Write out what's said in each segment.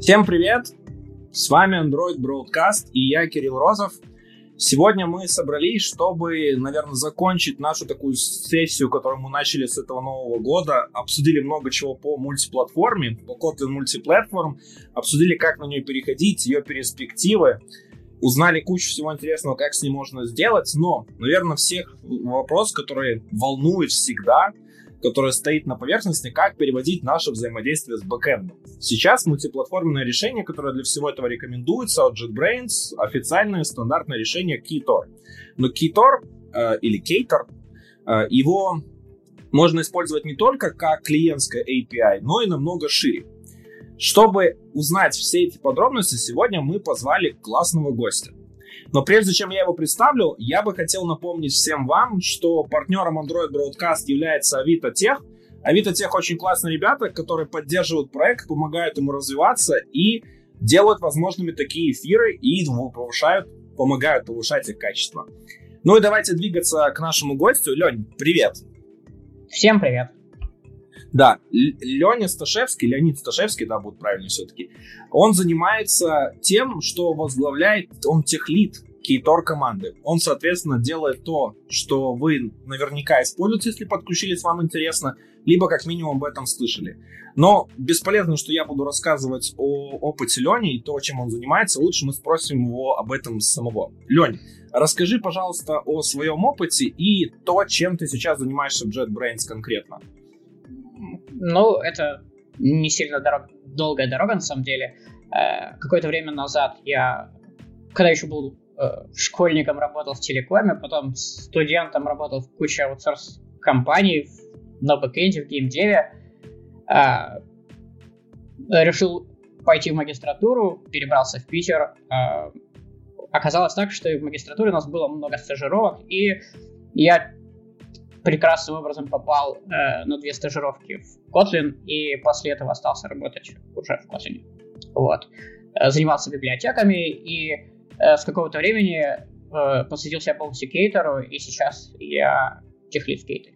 Всем привет! С вами Android Broadcast и я, Кирилл Розов. Сегодня мы собрались, чтобы, наверное, закончить нашу такую сессию, которую мы начали с этого нового года. Обсудили много чего по мультиплатформе, по Kotlin Multiplatform. Обсудили, как на нее переходить, ее перспективы. Узнали кучу всего интересного, как с ней можно сделать. Но, наверное, всех вопрос, который волнует всегда, который стоит на поверхности, как переводить наше взаимодействие с бэкэндом. Сейчас мультиплатформенное решение, которое для всего этого рекомендуется от JetBrains, официальное стандартное решение Ktor. Но Ktor или Ktor, его можно использовать не только как клиентское API, но и намного шире. Чтобы узнать все эти подробности, сегодня мы позвали классного гостя. Но прежде чем я его представлю, я бы хотел напомнить всем вам, что партнером Android Broadcast является Avito Tech. Avito Tech очень классные ребята, которые поддерживают проект, помогают ему развиваться и делают возможными такие эфиры и помогают повышать их качество. Ну и давайте двигаться к нашему гостю. Лень, привет! Всем привет! Да, Леонид Сташевский, да, будет правильно все-таки, он занимается тем, что возглавляет, он техлид Ktor команды. Он, соответственно, делает то, что вы наверняка используете, если подключились, вам интересно, либо как минимум об этом слышали. Но бесполезно, что я буду рассказывать о опыте Лени и то, чем он занимается, лучше мы спросим его об этом самого. Лень, расскажи, пожалуйста, о своем опыте и то, чем ты сейчас занимаешься в JetBrains конкретно. Ну, это не сильно долгая дорога, на самом деле. Какое-то время назад я, когда еще был школьником, работал в телекоме, потом студентом работал в куче аутсорс-компаний на бэкэнде, в геймдеве. Решил пойти в магистратуру, перебрался в Питер. Оказалось так, что в магистратуре у нас было много стажировок, и я прекрасным образом попал на 2 стажировки в Kotlin и после этого остался работать уже в Kotlin. Вот. Занимался библиотеками и с какого-то времени посвятил себя полностью Ktor, и сейчас я техлид в Ktor.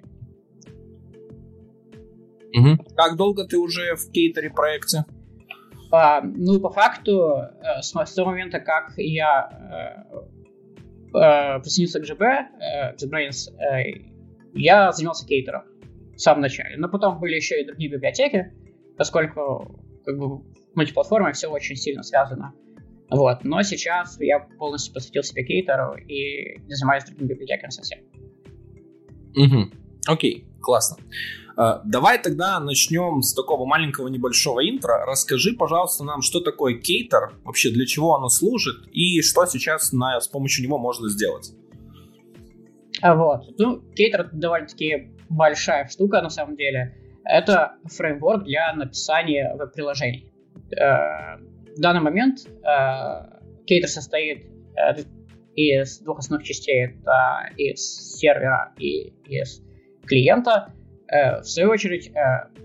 Угу. Как долго ты уже в Ktor проекте? Ну, по факту, с того момента, как я присоединился к JetBrains, я занимался Ktor в самом начале, но потом были еще и другие библиотеки, поскольку в мультиплатформе все очень сильно связано. Вот. Но сейчас я полностью посвятил себя Ktor и не занимаюсь другими библиотеками совсем. Угу. Окей, классно. Давай тогда начнем с такого маленького небольшого интро. Расскажи, пожалуйста, нам, что такое Ktor, вообще для чего оно служит и что сейчас с помощью него можно сделать. Вот. Ну, Ktor довольно-таки большая штука, на самом деле. Это фреймворк для написания веб-приложений. В данный момент Ktor состоит из 2 основных частей. Это из сервера и из клиента. В свою очередь,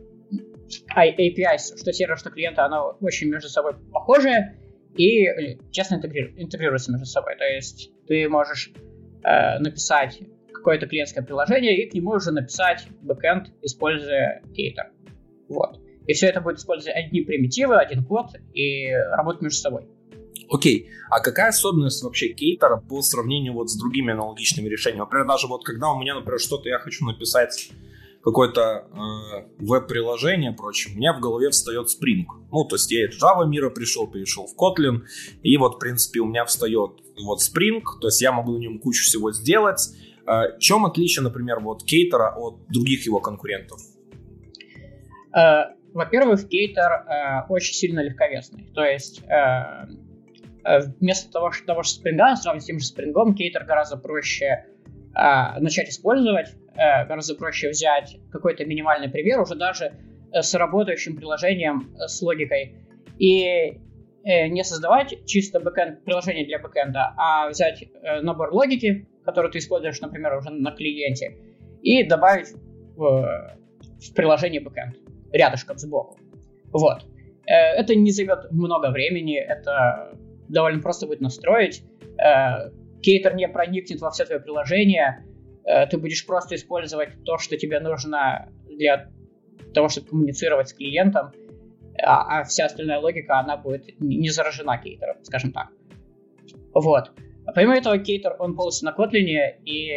API, что сервера, что клиента, оно очень между собой похожее и честно интегрируются между собой. То есть ты можешь написать какое-то клиентское приложение и к нему уже написать бэкэнд, используя Ktor. Вот. И все это будет использовать одни примитивы, один код и работать между собой. Окей. А какая особенность вообще Ktor по сравнению вот с другими аналогичными решениями? Например, даже вот когда у меня, например, что-то я хочу написать, какое-то веб-приложение, прочее, у меня в голове встает Spring. Ну, то есть я из Java мира перешел в Kotlin, и вот, в принципе, у меня встает вот Spring, то есть я могу на нем кучу всего сделать. В чем отличие, например, вот Ktor от других его конкурентов? Во-первых, Ktor очень сильно легковесный. То есть вместо того, что Spring сравнивать с тем же Spring, Ktor гораздо проще начать использовать, гораздо проще взять какой-то минимальный пример, уже даже с работающим приложением, с логикой, и не создавать чисто приложение для бэкэнда, а взять набор логики, который ты используешь, например, уже на клиенте, и добавить в приложение бэкэнд рядышком сбоку. Вот. Это не займет много времени, это довольно просто будет настроить. Ktor не проникнет во все твое приложение, ты будешь просто использовать то, что тебе нужно для того, чтобы коммуницировать с клиентом. а вся остальная логика, она будет не заражена кейтером, скажем так. Вот. Помимо этого, кейтер, он полностью на Kotlin, и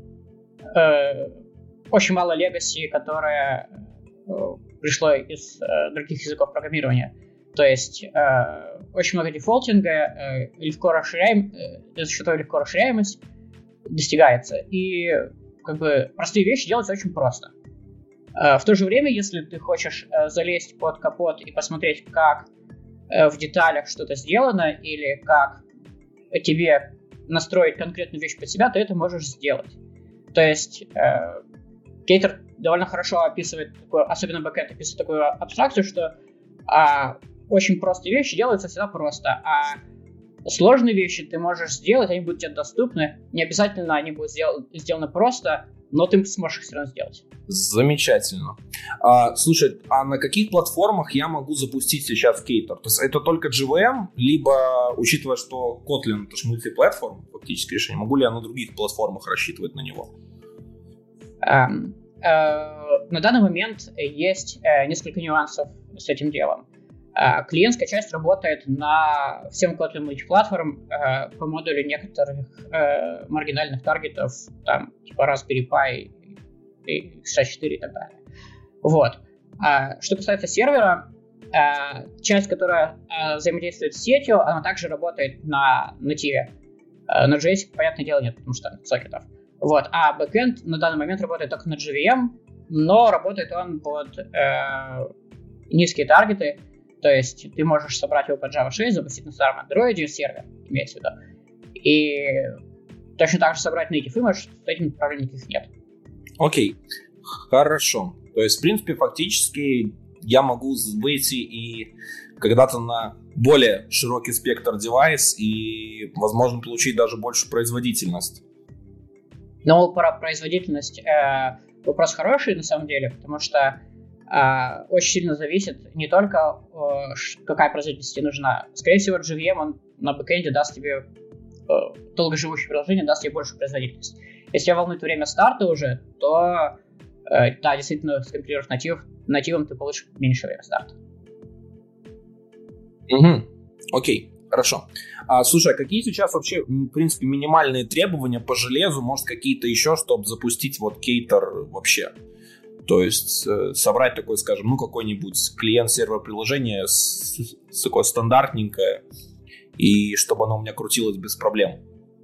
очень мало legacy, которое пришло из других языков программирования. То есть очень много дефолтинга, за счет того легко расширяемость достигается. И как бы простые вещи делаются очень просто. В то же время, если ты хочешь залезть под капот и посмотреть, как в деталях что-то сделано, или как тебе настроить конкретную вещь под себя, то это можешь сделать. То есть кейтер довольно хорошо описывает, особенно бэкэнд описывает такую абстракцию, что очень простые вещи делаются всегда просто, а сложные вещи ты можешь сделать, они будут тебе доступны. Не обязательно они будут сделаны просто, но ты сможешь их все равно сделать. Замечательно. Слушай, а на каких платформах я могу запустить сейчас кейтер? То есть это только JVM, либо, учитывая, что Kotlin это же мультиплатформ, фактически решение, могу ли я на других платформах рассчитывать на него? На данный момент есть несколько нюансов с этим делом. Клиентская часть работает на всем Kotlin мультиплатформ по модулю некоторых маргинальных таргетов, там типа Raspberry Pi, X64 и так далее. Вот. Что касается сервера, часть, которая взаимодействует с сетью, она также работает на нативе. На JS, понятное дело, нет, потому что сокетов. Вот. А бэкэнд на данный момент работает только на JVM, но работает он под низкие таргеты. То есть ты можешь собрать его под Java 6, запустить на старом Android сервер, имеется в виду. И точно так же собрать native image, с этим проблем никаких нет. Окей, хорошо. То есть, в принципе, фактически я могу выйти и когда-то на более широкий спектр девайс и, возможно, получить даже большую производительность. Но про производительность вопрос хороший на самом деле, потому что очень сильно зависит не только какая производительность тебе нужна. Скорее всего, JVM он на бэкэнде даст тебе долгоживущее приложение, даст тебе большую производительность. Если тебя волнует время старта уже, то да, действительно, скомпилируешь нативом ты получишь меньше время старта. Окей, хорошо. Слушай, а какие сейчас вообще, в принципе, минимальные требования по железу, может, какие-то еще, чтобы запустить вот кейтер вообще? То есть собрать такой, скажем, какой-нибудь клиент-сервер-приложение такое стандартненькое, и чтобы оно у меня крутилось без проблем.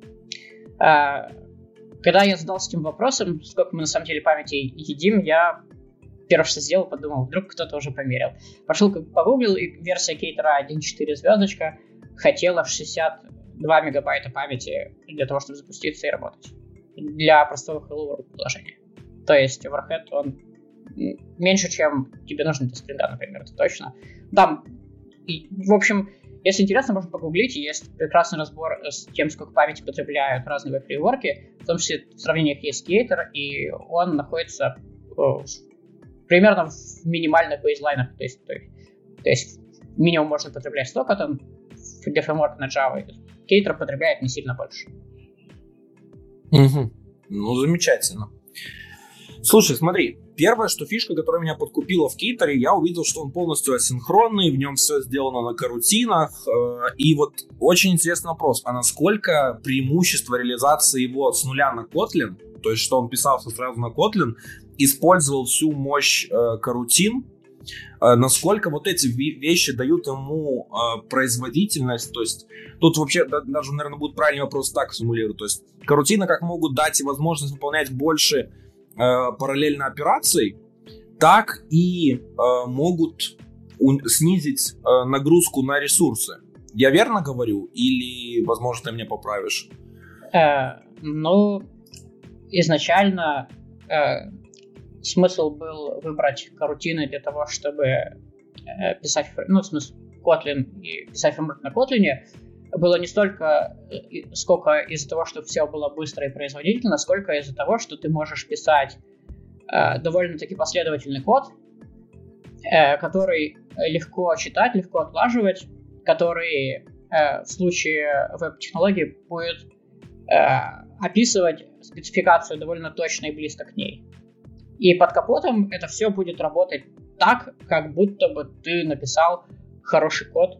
Когда я задался этим вопросом, сколько мы на самом деле памяти едим, я первое, что сделал, подумал, вдруг кто-то уже померил. Пошел погуглил, и версия кейтера 1.4 звездочка хотела 62 мегабайта памяти для того, чтобы запуститься и работать. Для простого Hello World приложения. То есть overhead, он меньше, чем тебе нужно для спринга, например, это точно. Да, в общем, если интересно, можно погуглить, есть прекрасный разбор с тем, сколько памяти потребляют разные веб-фреймворки, в том числе в сравнениях есть кейтер, и он находится примерно в минимальных бейзлайнах, то есть минимум можно потреблять 100 катон для фреймворка на Java, кейтер потребляет не сильно больше. Ну, замечательно. Слушай, смотри, первая фишка, которая меня подкупила в кейтере, я увидел, что он полностью асинхронный, в нем все сделано на карутинах, и вот очень интересный вопрос, а насколько преимущество реализации его с нуля на Kotlin, то есть что он писался сразу на Kotlin, использовал всю мощь карутин, насколько вот эти вещи дают ему производительность, то есть тут вообще даже, наверное, будет правильный вопрос так сформулировать, то есть карутины как могут дать и возможность выполнять больше параллельно операций, так и могут снизить нагрузку на ресурсы. Я верно говорю? Или, возможно, ты меня поправишь? Ну, изначально смысл был выбрать карутины для того, чтобы писать, в смысле, Kotlin и писать фреймворк на Kotlin, было не столько, сколько из-за того, что все было быстро и производительно, сколько из-за того, что ты можешь писать довольно-таки последовательный код, который легко читать, легко отлаживать, который в случае веб-технологии будет описывать спецификацию довольно точно и близко к ней. И под капотом это все будет работать так, как будто бы ты написал хороший код,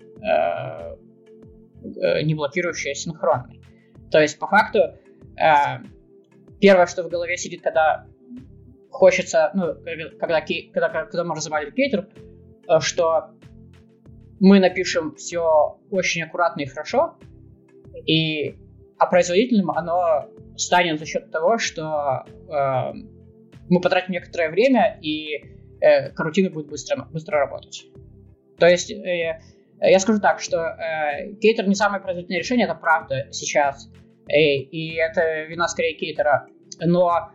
не блокирующий асинхронный. То есть, по факту, первое, что в голове сидит, когда хочется, когда мы разрабатывали кейтер, что мы напишем все очень аккуратно и хорошо, а производительным оно станет за счет того, что мы потратим некоторое время, и карутина будет быстро работать. То есть, я скажу так, что кейтер не самое производительное решение, это правда сейчас, и это вина скорее кейтера, но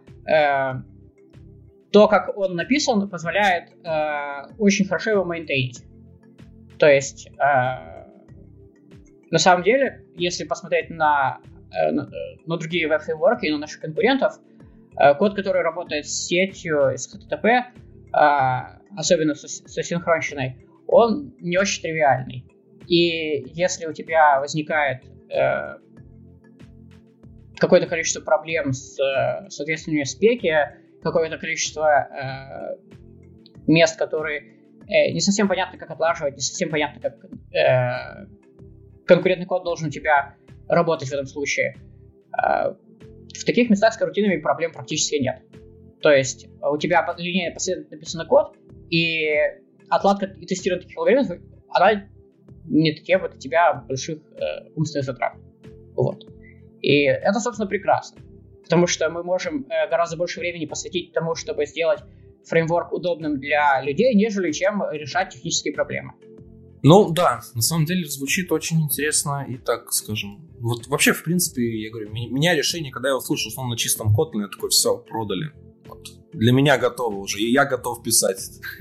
то, как он написан, позволяет очень хорошо его мейнтейнить. То есть, на самом деле, если посмотреть на другие веб-фреймворки и на наших конкурентов, код, который работает с сетью, с HTTP, особенно с асинхронщиной, он не очень тривиальный. И если у тебя возникает какое-то количество проблем с соответствием спеки, какое-то количество мест, которые не совсем понятно, как отлаживать, не совсем понятно, как конкурентный код должен у тебя работать в этом случае. В таких местах с карутинами проблем практически нет. То есть у тебя линейно последовательно написан код, и отладка и тестирование таких алгоритмов, она не требует от тебя больших умственных затрат. Вот. И это, собственно, прекрасно. Потому что мы можем гораздо больше времени посвятить тому, чтобы сделать фреймворк удобным для людей, нежели чем решать технические проблемы. Ну да, на самом деле звучит очень интересно и так, скажем. Вот вообще, в принципе, я говорю, меня решение, когда я услышал, что он на чистом Kotlin, я такой, все, продали. Вот. Для меня готово уже, и я готов писать.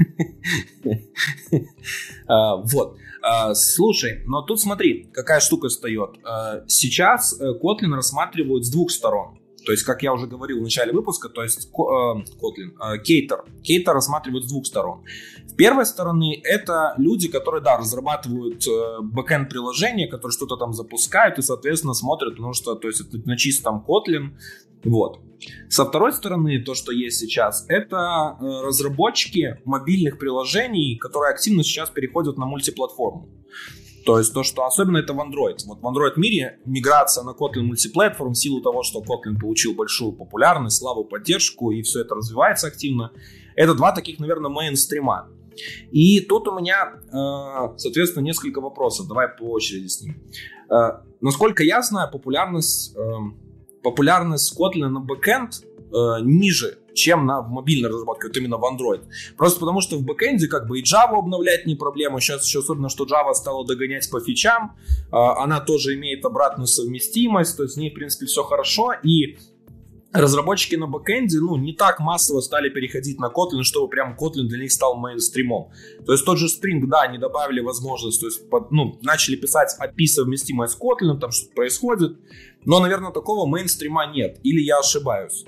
Вот. Слушай, но тут смотри, какая штука встает. Сейчас Kotlin рассматривают с двух сторон. То есть, как я уже говорил в начале выпуска, то есть Kotlin, Кейтер рассматривают с двух сторон. С первой стороны, это люди, которые, да, разрабатывают бэкэнд приложения, которые что-то там запускают и, соответственно, смотрят, потому что, то есть, это на чистом Kotlin. Вот. Со второй стороны, то, что есть сейчас, это разработчики мобильных приложений, которые активно сейчас переходят на мультиплатформу. То есть то, что особенно это в Android. Вот в Android мире миграция на Kotlin мультиплатформ в силу того, что Kotlin получил большую популярность, славу, поддержку, и все это развивается активно. Это два таких, наверное, мейнстрима. И тут у меня, соответственно, несколько вопросов. Давай по очереди с ними. Насколько я знаю, популярность Kotlin на бэкэнд ниже, чем в мобильной разработке, вот именно в Android. Просто потому, что в бэкэнде как бы и Java обновлять не проблема. Сейчас еще особенно, что Java стала догонять по фичам. Она тоже имеет обратную совместимость, то есть с ней, в принципе, все хорошо. И разработчики на бэкэнде, не так массово стали переходить на Kotlin, чтобы прям Kotlin для них стал мейнстримом. То есть тот же Spring, да, они добавили возможность, то есть начали писать API совместимое с Kotlin, там что-то происходит. Но, наверное, такого мейнстрима нет. Или я ошибаюсь?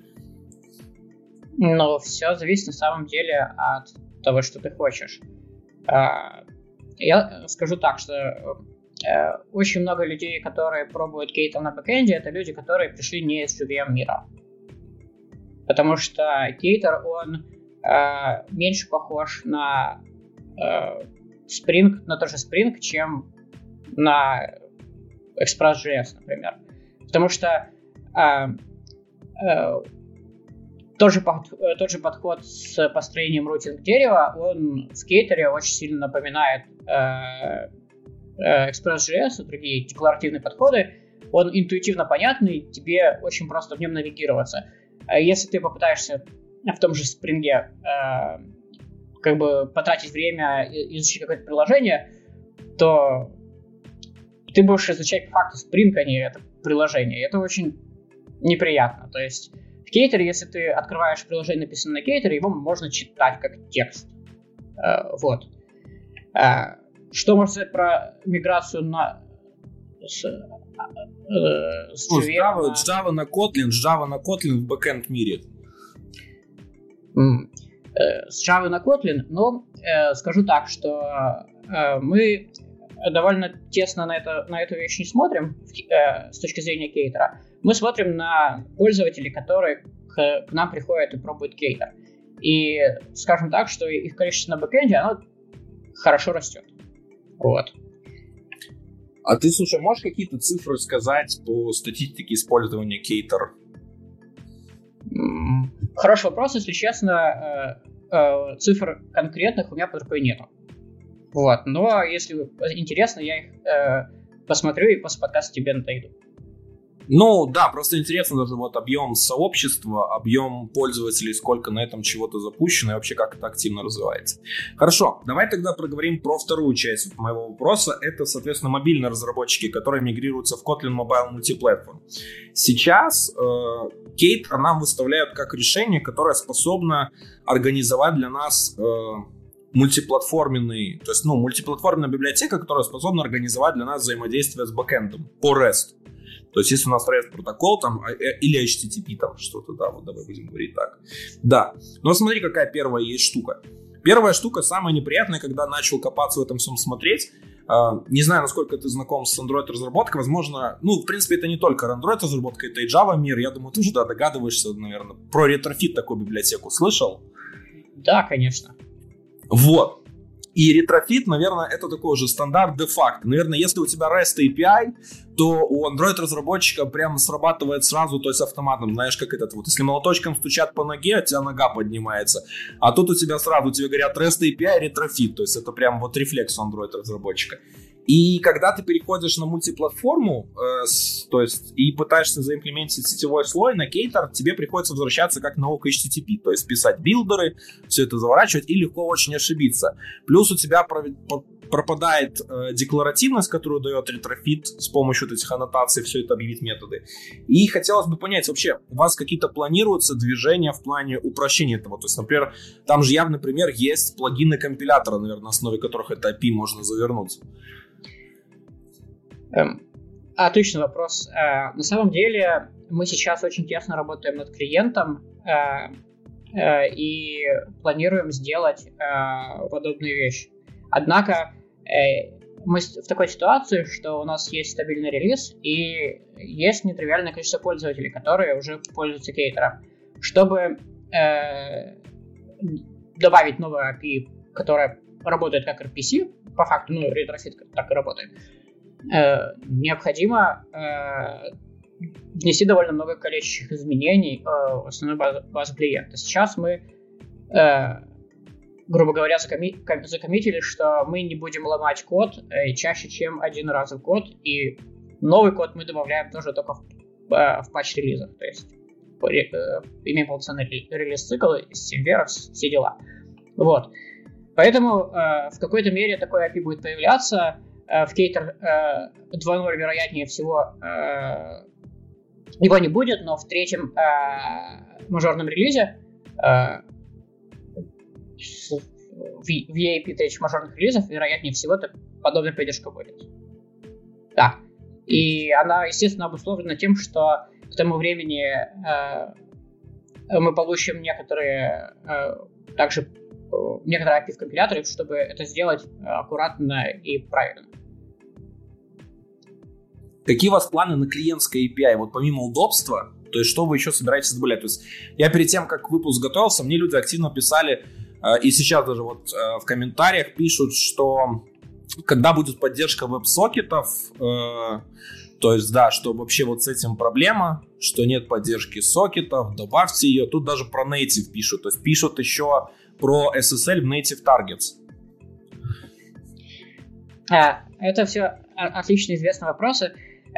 Но все зависит на самом деле от того, что ты хочешь. Я скажу так, что очень много людей, которые пробуют кейтер на бэкэнде, это люди, которые пришли не из JVM мира. Потому что кейтер, он меньше похож на Spring, на тот же Spring, чем на Express.js, например. Потому что тот же подход с построением рутинг дерева, он в кейтере очень сильно напоминает Express.js и другие декларативные подходы. Он интуитивно понятный, тебе очень просто в нем навигироваться. Если ты попытаешься в том же Spring как бы потратить время изучить какое-то приложение, то ты будешь изучать по факту Spring, а не это приложение. Это очень неприятно. То есть в кейтере, если ты открываешь приложение, написанное на кейтере, его можно читать как текст. Вот. Что можно сказать про миграцию с Java на Kotlin в бэкэнд мире? С Java на Kotlin, но скажу так, что мы довольно тесно на эту вещь не смотрим с точки зрения кейтера. Мы смотрим на пользователей, которые к нам приходят и пробуют кейтер. И скажем так, что их количество на бэкэнде, оно хорошо растет. Вот. А ты, слушай, можешь какие-то цифры сказать по статистике использования Кейтер? Хороший вопрос, если честно, цифр конкретных у меня под рукой нету. Вот. Но если интересно, я их посмотрю и после подкаста тебе найду. Ну, да, просто интересно даже вот объем сообщества, объем пользователей, сколько на этом чего-то запущено и вообще как это активно развивается. Хорошо, давай тогда проговорим про вторую часть моего вопроса. Это, соответственно, мобильные разработчики, которые мигрируются в Kotlin Mobile Multiplatform. Сейчас Кейтер нам выставляют как решение, которое способно организовать для нас мультиплатформенный, то есть, мультиплатформенная библиотека, которая способна организовать для нас взаимодействие с бэкэндом по REST. То есть, если у нас REST протокол там, или HTTP там что-то, да, вот давай будем говорить так. Да, но смотри, какая первая есть штука. Первая штука, самая неприятная, когда начал копаться в этом всем смотреть. Не знаю, насколько ты знаком с Android-разработкой, возможно, в принципе, это не только Android-разработка, это и Java мир. Я думаю, ты уже догадываешься, наверное, про Retrofit такую библиотеку слышал? Да, конечно. Вот. И Retrofit, наверное, это такой уже стандарт де-факто. Наверное, если у тебя REST API, то у Android-разработчика прям срабатывает сразу, то есть автоматом. Знаешь, как этот вот. Если молоточком стучат по ноге, у тебя нога поднимается. А тут у тебя сразу, тебе говорят REST API, Retrofit. То есть это прям вот рефлекс у Android-разработчика. И когда ты переходишь на мультиплатформу, то есть и пытаешься заимплементить сетевой слой на Кейтер, тебе приходится возвращаться как на HTTP, то есть писать билдеры, все это заворачивать и легко очень ошибиться. Плюс у тебя пропадает декларативность, которую дает Retrofit с помощью этих аннотаций, все это объявить методы. И хотелось бы понять, вообще, у вас какие-то планируются движения в плане упрощения этого? То есть, например, там же явный пример есть плагины компилятора, наверное, на основе которых это API можно завернуть. Отличный вопрос. На самом деле мы сейчас очень тесно работаем над клиентом и планируем сделать подобную вещь. Однако мы в такой ситуации, что у нас есть стабильный релиз и есть нетривиальное количество пользователей, которые уже пользуются Кейтером. Чтобы добавить новую API, которая работает как RPC, по факту, Retrofit так и работает, необходимо внести довольно много количественных изменений в основную базу клиента. Сейчас мы, грубо говоря, закоммитили, что мы не будем ломать код чаще, чем один раз в год, и новый код мы добавляем тоже только в патч-релизах, то есть имеем полноценный релиз-цикл, серверов, все дела. Вот. Поэтому в какой-то мере такой API будет появляться. В Кейтер 2.0, вероятнее всего, его не будет, но в третьем мажорном релизе, в EAP третьих мажорных релизов, вероятнее всего, подобная поддержка будет. Да. И она, естественно, обусловлена тем, что к тому времени мы получим некоторые API в компиляторе, чтобы это сделать аккуратно и правильно. Какие у вас планы на клиентское API? Вот помимо удобства, то есть что вы еще собираетесь добавлять? То есть я перед тем, как выпуск готовился, мне люди активно писали, и сейчас даже вот в комментариях пишут, что когда будет поддержка веб-сокетов, то есть, да, что вообще вот с этим проблема, что нет поддержки сокетов, добавьте ее. Тут даже про native пишут, то есть пишут еще про SSL в native targets. Это все отлично известные вопросы.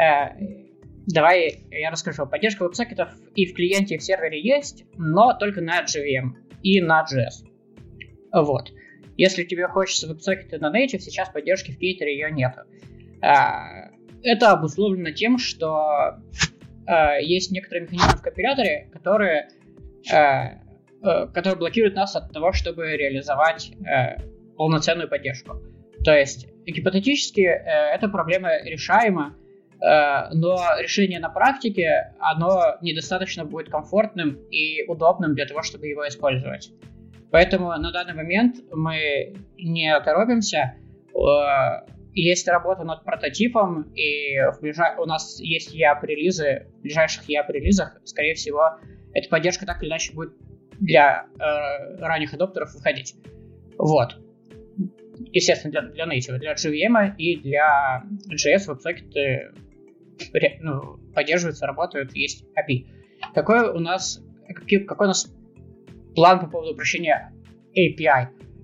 Давай я расскажу. Поддержка веб-сокетов и в клиенте, и в сервере есть, но только на JVM и на JS. Вот. Если тебе хочется веб-сокеты на native, сейчас поддержки в Кейтере ее нету. Это обусловлено тем, что есть некоторые механизмы в компиляторе, которые блокируют нас от того, чтобы реализовать полноценную поддержку. То есть, гипотетически, эта проблема решаема, но решение на практике, оно недостаточно будет комфортным и удобным для того, чтобы его использовать. Поэтому на данный момент мы не торопимся. Есть работа над прототипом, и у нас есть EAP-релизы. В ближайших EAP-релизах, скорее всего, эта поддержка так или иначе будет для ранних адоптеров выходить. Вот. Естественно, для native, для JVM и для JS веб-сокеты поддерживаются, работают, есть API. Какой у нас план по поводу упрощения API?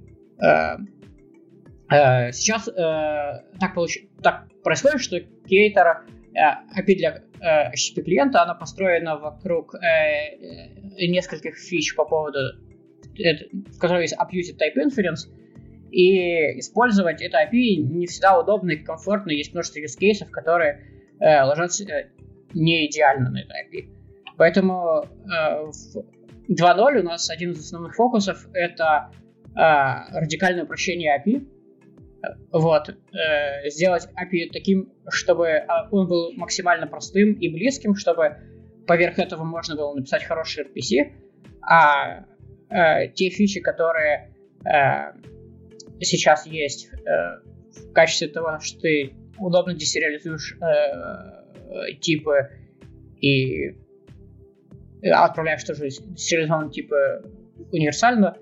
Сейчас так происходит, что Ktor API для HTTP клиента, она построена вокруг нескольких фич по поводу, в которой есть Appused Type Inference, и использовать это API не всегда удобно и комфортно. Есть множество use cases, которые ложатся не идеально на это API. Поэтому в 2.0 у нас один из основных фокусов — это радикальное упрощение API. Вот. Сделать API таким, чтобы он был максимально простым и близким, чтобы поверх этого можно было написать хороший RPC, а те фичи, которые сейчас есть в качестве того, что ты удобно десериализуешь типы и отправляешь тоже десериализованные типы универсально,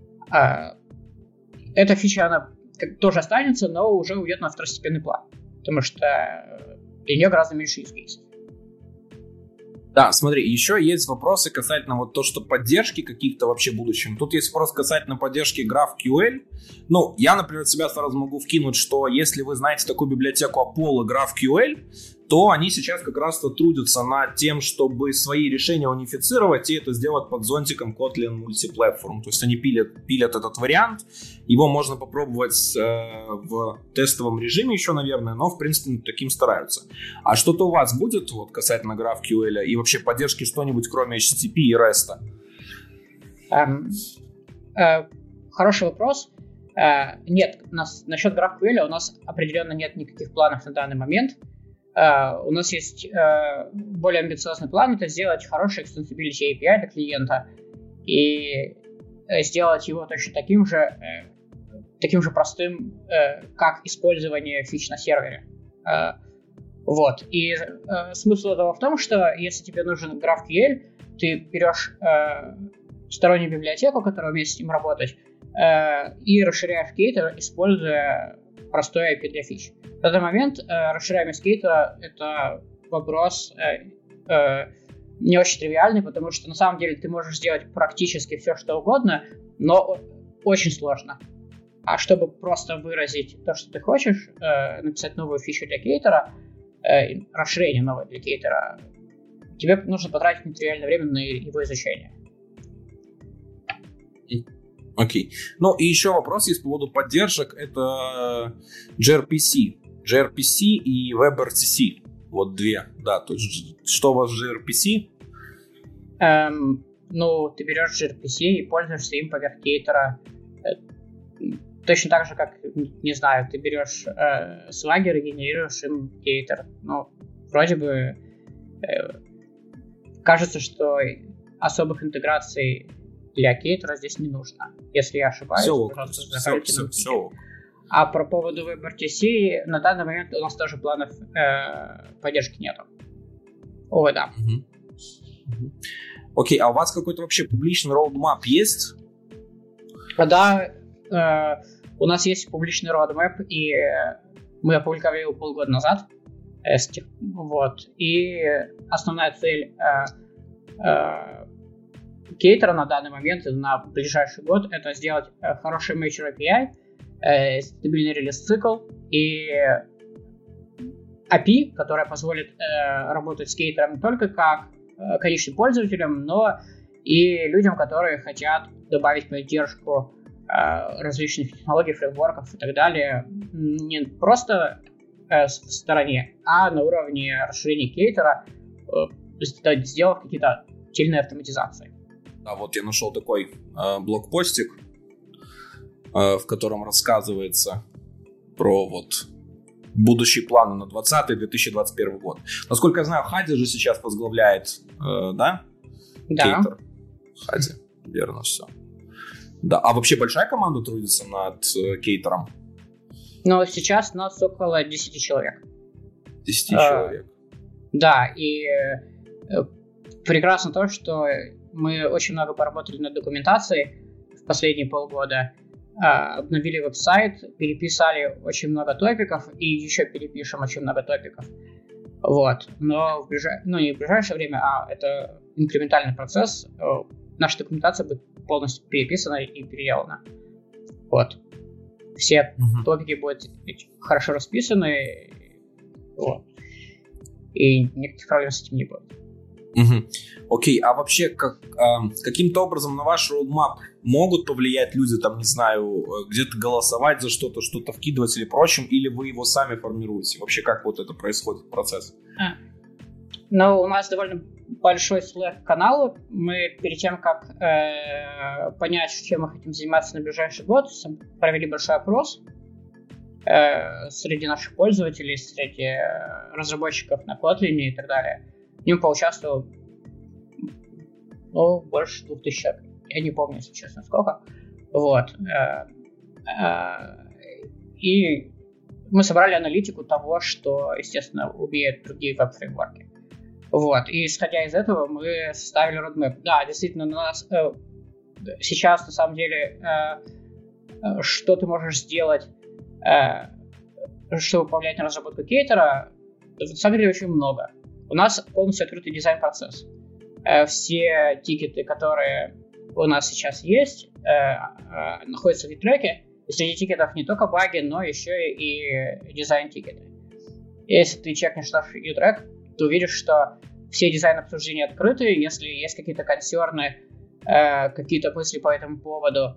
эта фича, она тоже останется, но уже уйдет на второстепенный план, потому что для нее гораздо меньше use cases. Да, смотри, еще есть вопросы касательно вот то, что поддержки каких-то вообще в будущем. Тут есть вопрос касательно поддержки GraphQL. Ну, я, например, от себя сразу могу вкинуть, что если вы знаете такую библиотеку Apollo GraphQL, то они сейчас как раз-то трудятся над тем, чтобы свои решения унифицировать и это сделать под зонтиком Kotlin Multiplatform. То есть они пилят этот вариант. Его можно попробовать в тестовом режиме еще, наверное, но, в принципе, над таким стараются. А что-то у вас будет вот, касательно GraphQL и вообще поддержки что-нибудь, кроме HTTP и REST? Хороший вопрос. Нет, насчет GraphQL у нас определенно нет никаких планов на данный момент. У нас есть более амбициозный план — это сделать хороший Extensibility API для клиента и сделать его точно таким же простым, как использование фич на сервере. Вот. И смысл этого в том, что если тебе нужен GraphQL, ты берешь стороннюю библиотеку, которая умеет с ним работать, и расширяешь Ktor, используя простой API для фич. В данный момент расширяемость Ktor — это вопрос не очень тривиальный, потому что на самом деле ты можешь сделать практически все, что угодно, но очень сложно. А чтобы просто выразить то, что ты хочешь, написать новую фичу для Ktor, расширение новое для Ktor, тебе нужно потратить нетривиальное время на его изучение. Окей. Ну и еще вопрос есть по поводу поддержек. Это gRPC и WebRTC. Вот две. Да, то есть что у вас в gRPC? Ну, ты берешь gRPC и пользуешься им поверх Ktor. Точно так же, как, не знаю, ты берешь Swagger и генерируешь им Ktor. Ну, вроде бы кажется, что особых интеграций для Ktor здесь не нужно. Если я ошибаюсь, пожалуйста, заходите на Wiki. А по поводу WebRTC на данный момент у нас тоже планов поддержки нету. Увы, да. Окей, а у вас какой-то вообще публичный roadmap есть? Да, у нас есть публичный roadmap, и мы опубликовали его полгода назад. Вот. И основная цель Ktor на данный момент и на ближайший год — это сделать хороший Mature API, стабильный релиз-цикл и API, которая позволит работать с Ktor не только как конечным пользователям, но и людям, которые хотят добавить поддержку различных технологий, фреймворков и так далее, не просто в стороне, а на уровне расширения Ktor, сделав какие-то сильные автоматизации. А вот я нашел такой блогпостик, в котором рассказывается про вот будущие планы на 2020-2021 год. Насколько я знаю, Хади же сейчас возглавляет, да? Да. Ktor. Хади, верно, все. Да, а вообще большая команда трудится над Ktor? Ну, сейчас нас около 10 человек. 10 человек. Да, и прекрасно то, что мы очень много поработали над документацией в последние полгода, обновили веб-сайт, переписали очень много топиков и еще перепишем очень много топиков. Вот. Но не в ближайшее время, это инкрементальный процесс. Наша документация будет полностью переписана и переделана. Вот. Все топики будут хорошо расписаны. Вот. И никаких проблем с этим не будет. Окей, а вообще каким-то образом на ваш roadmap могут повлиять люди, там, не знаю, где-то голосовать за что-то вкидывать или прочим, или вы его сами формируете? Вообще, как вот это происходит, процесс? У нас довольно большой Slack-канал. Мы перед тем, как понять, чем мы хотим заниматься на ближайший год, провели большой опрос среди наших пользователей, среди разработчиков на Kotlin и так далее. В нем поучаствовало больше 2000 человек. Я не помню, если честно, сколько. Вот. И мы собрали аналитику того, что, естественно, убьет другие веб-фреймворки. Вот. И исходя из этого мы составили roadmap. Да, действительно, у нас сейчас, на самом деле, что ты можешь сделать, чтобы повлиять на разработку кейтера, на самом деле очень много. У нас полностью открытый дизайн-процесс. Все тикеты, которые у нас сейчас есть, находятся в витреке. И среди тикетов не только баги, но еще и дизайн-тикеты. Если ты чекнешь наш витрек, ты увидишь, что все дизайн-обсуждения открыты. Если есть какие-то консерны, какие-то мысли по этому поводу,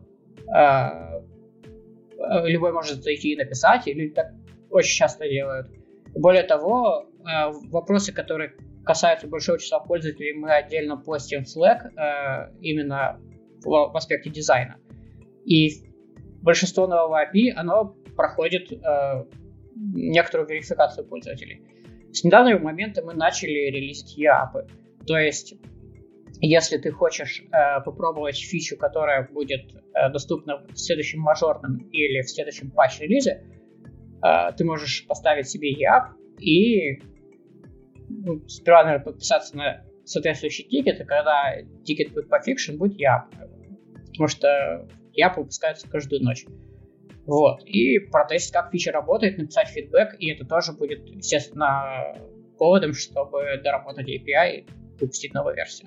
любой может зайти и написать, или так очень часто делают. Более того, вопросы, которые касаются большого числа пользователей, мы отдельно постим в Slack именно в аспекте дизайна. И большинство нового API, оно проходит некоторую верификацию пользователей. С недавнего момента мы начали релизить EAP. То есть, если ты хочешь попробовать фичу, которая будет доступна в следующем мажорном или в следующем патч-релизе, ты можешь поставить себе EAP и сперва, наверное, подписаться на соответствующий тикет, и когда тикет будет пофикшен, будет EAP. Потому что EAP выпускаются каждую ночь. Вот. И протестить, как фича работает, написать фидбэк, и это тоже будет, естественно, поводом, чтобы доработать API и выпустить новую версию.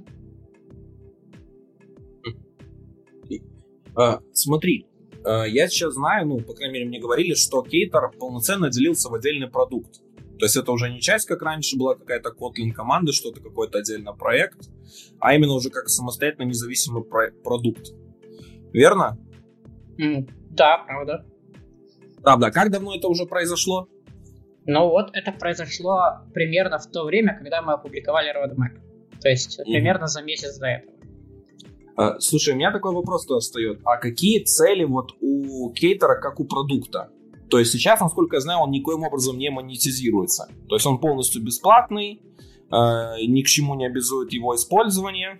Смотри, я сейчас знаю, по крайней мере, мне говорили, что Кейтер полноценно делился в отдельный продукт. То есть это уже не часть, как раньше была какая-то Kotlin команда, что-то какой-то отдельный проект, а именно уже как самостоятельно независимый продукт. Верно? Да, правда. Правда. Как давно это уже произошло? Это произошло примерно в то время, когда мы опубликовали roadmap. То есть примерно за месяц до этого. Слушай, у меня такой вопрос-то встает. А какие цели у Кейтера, как у продукта? То есть сейчас, насколько я знаю, он никоим образом не монетизируется. То есть он полностью бесплатный, ни к чему не обязует его использование.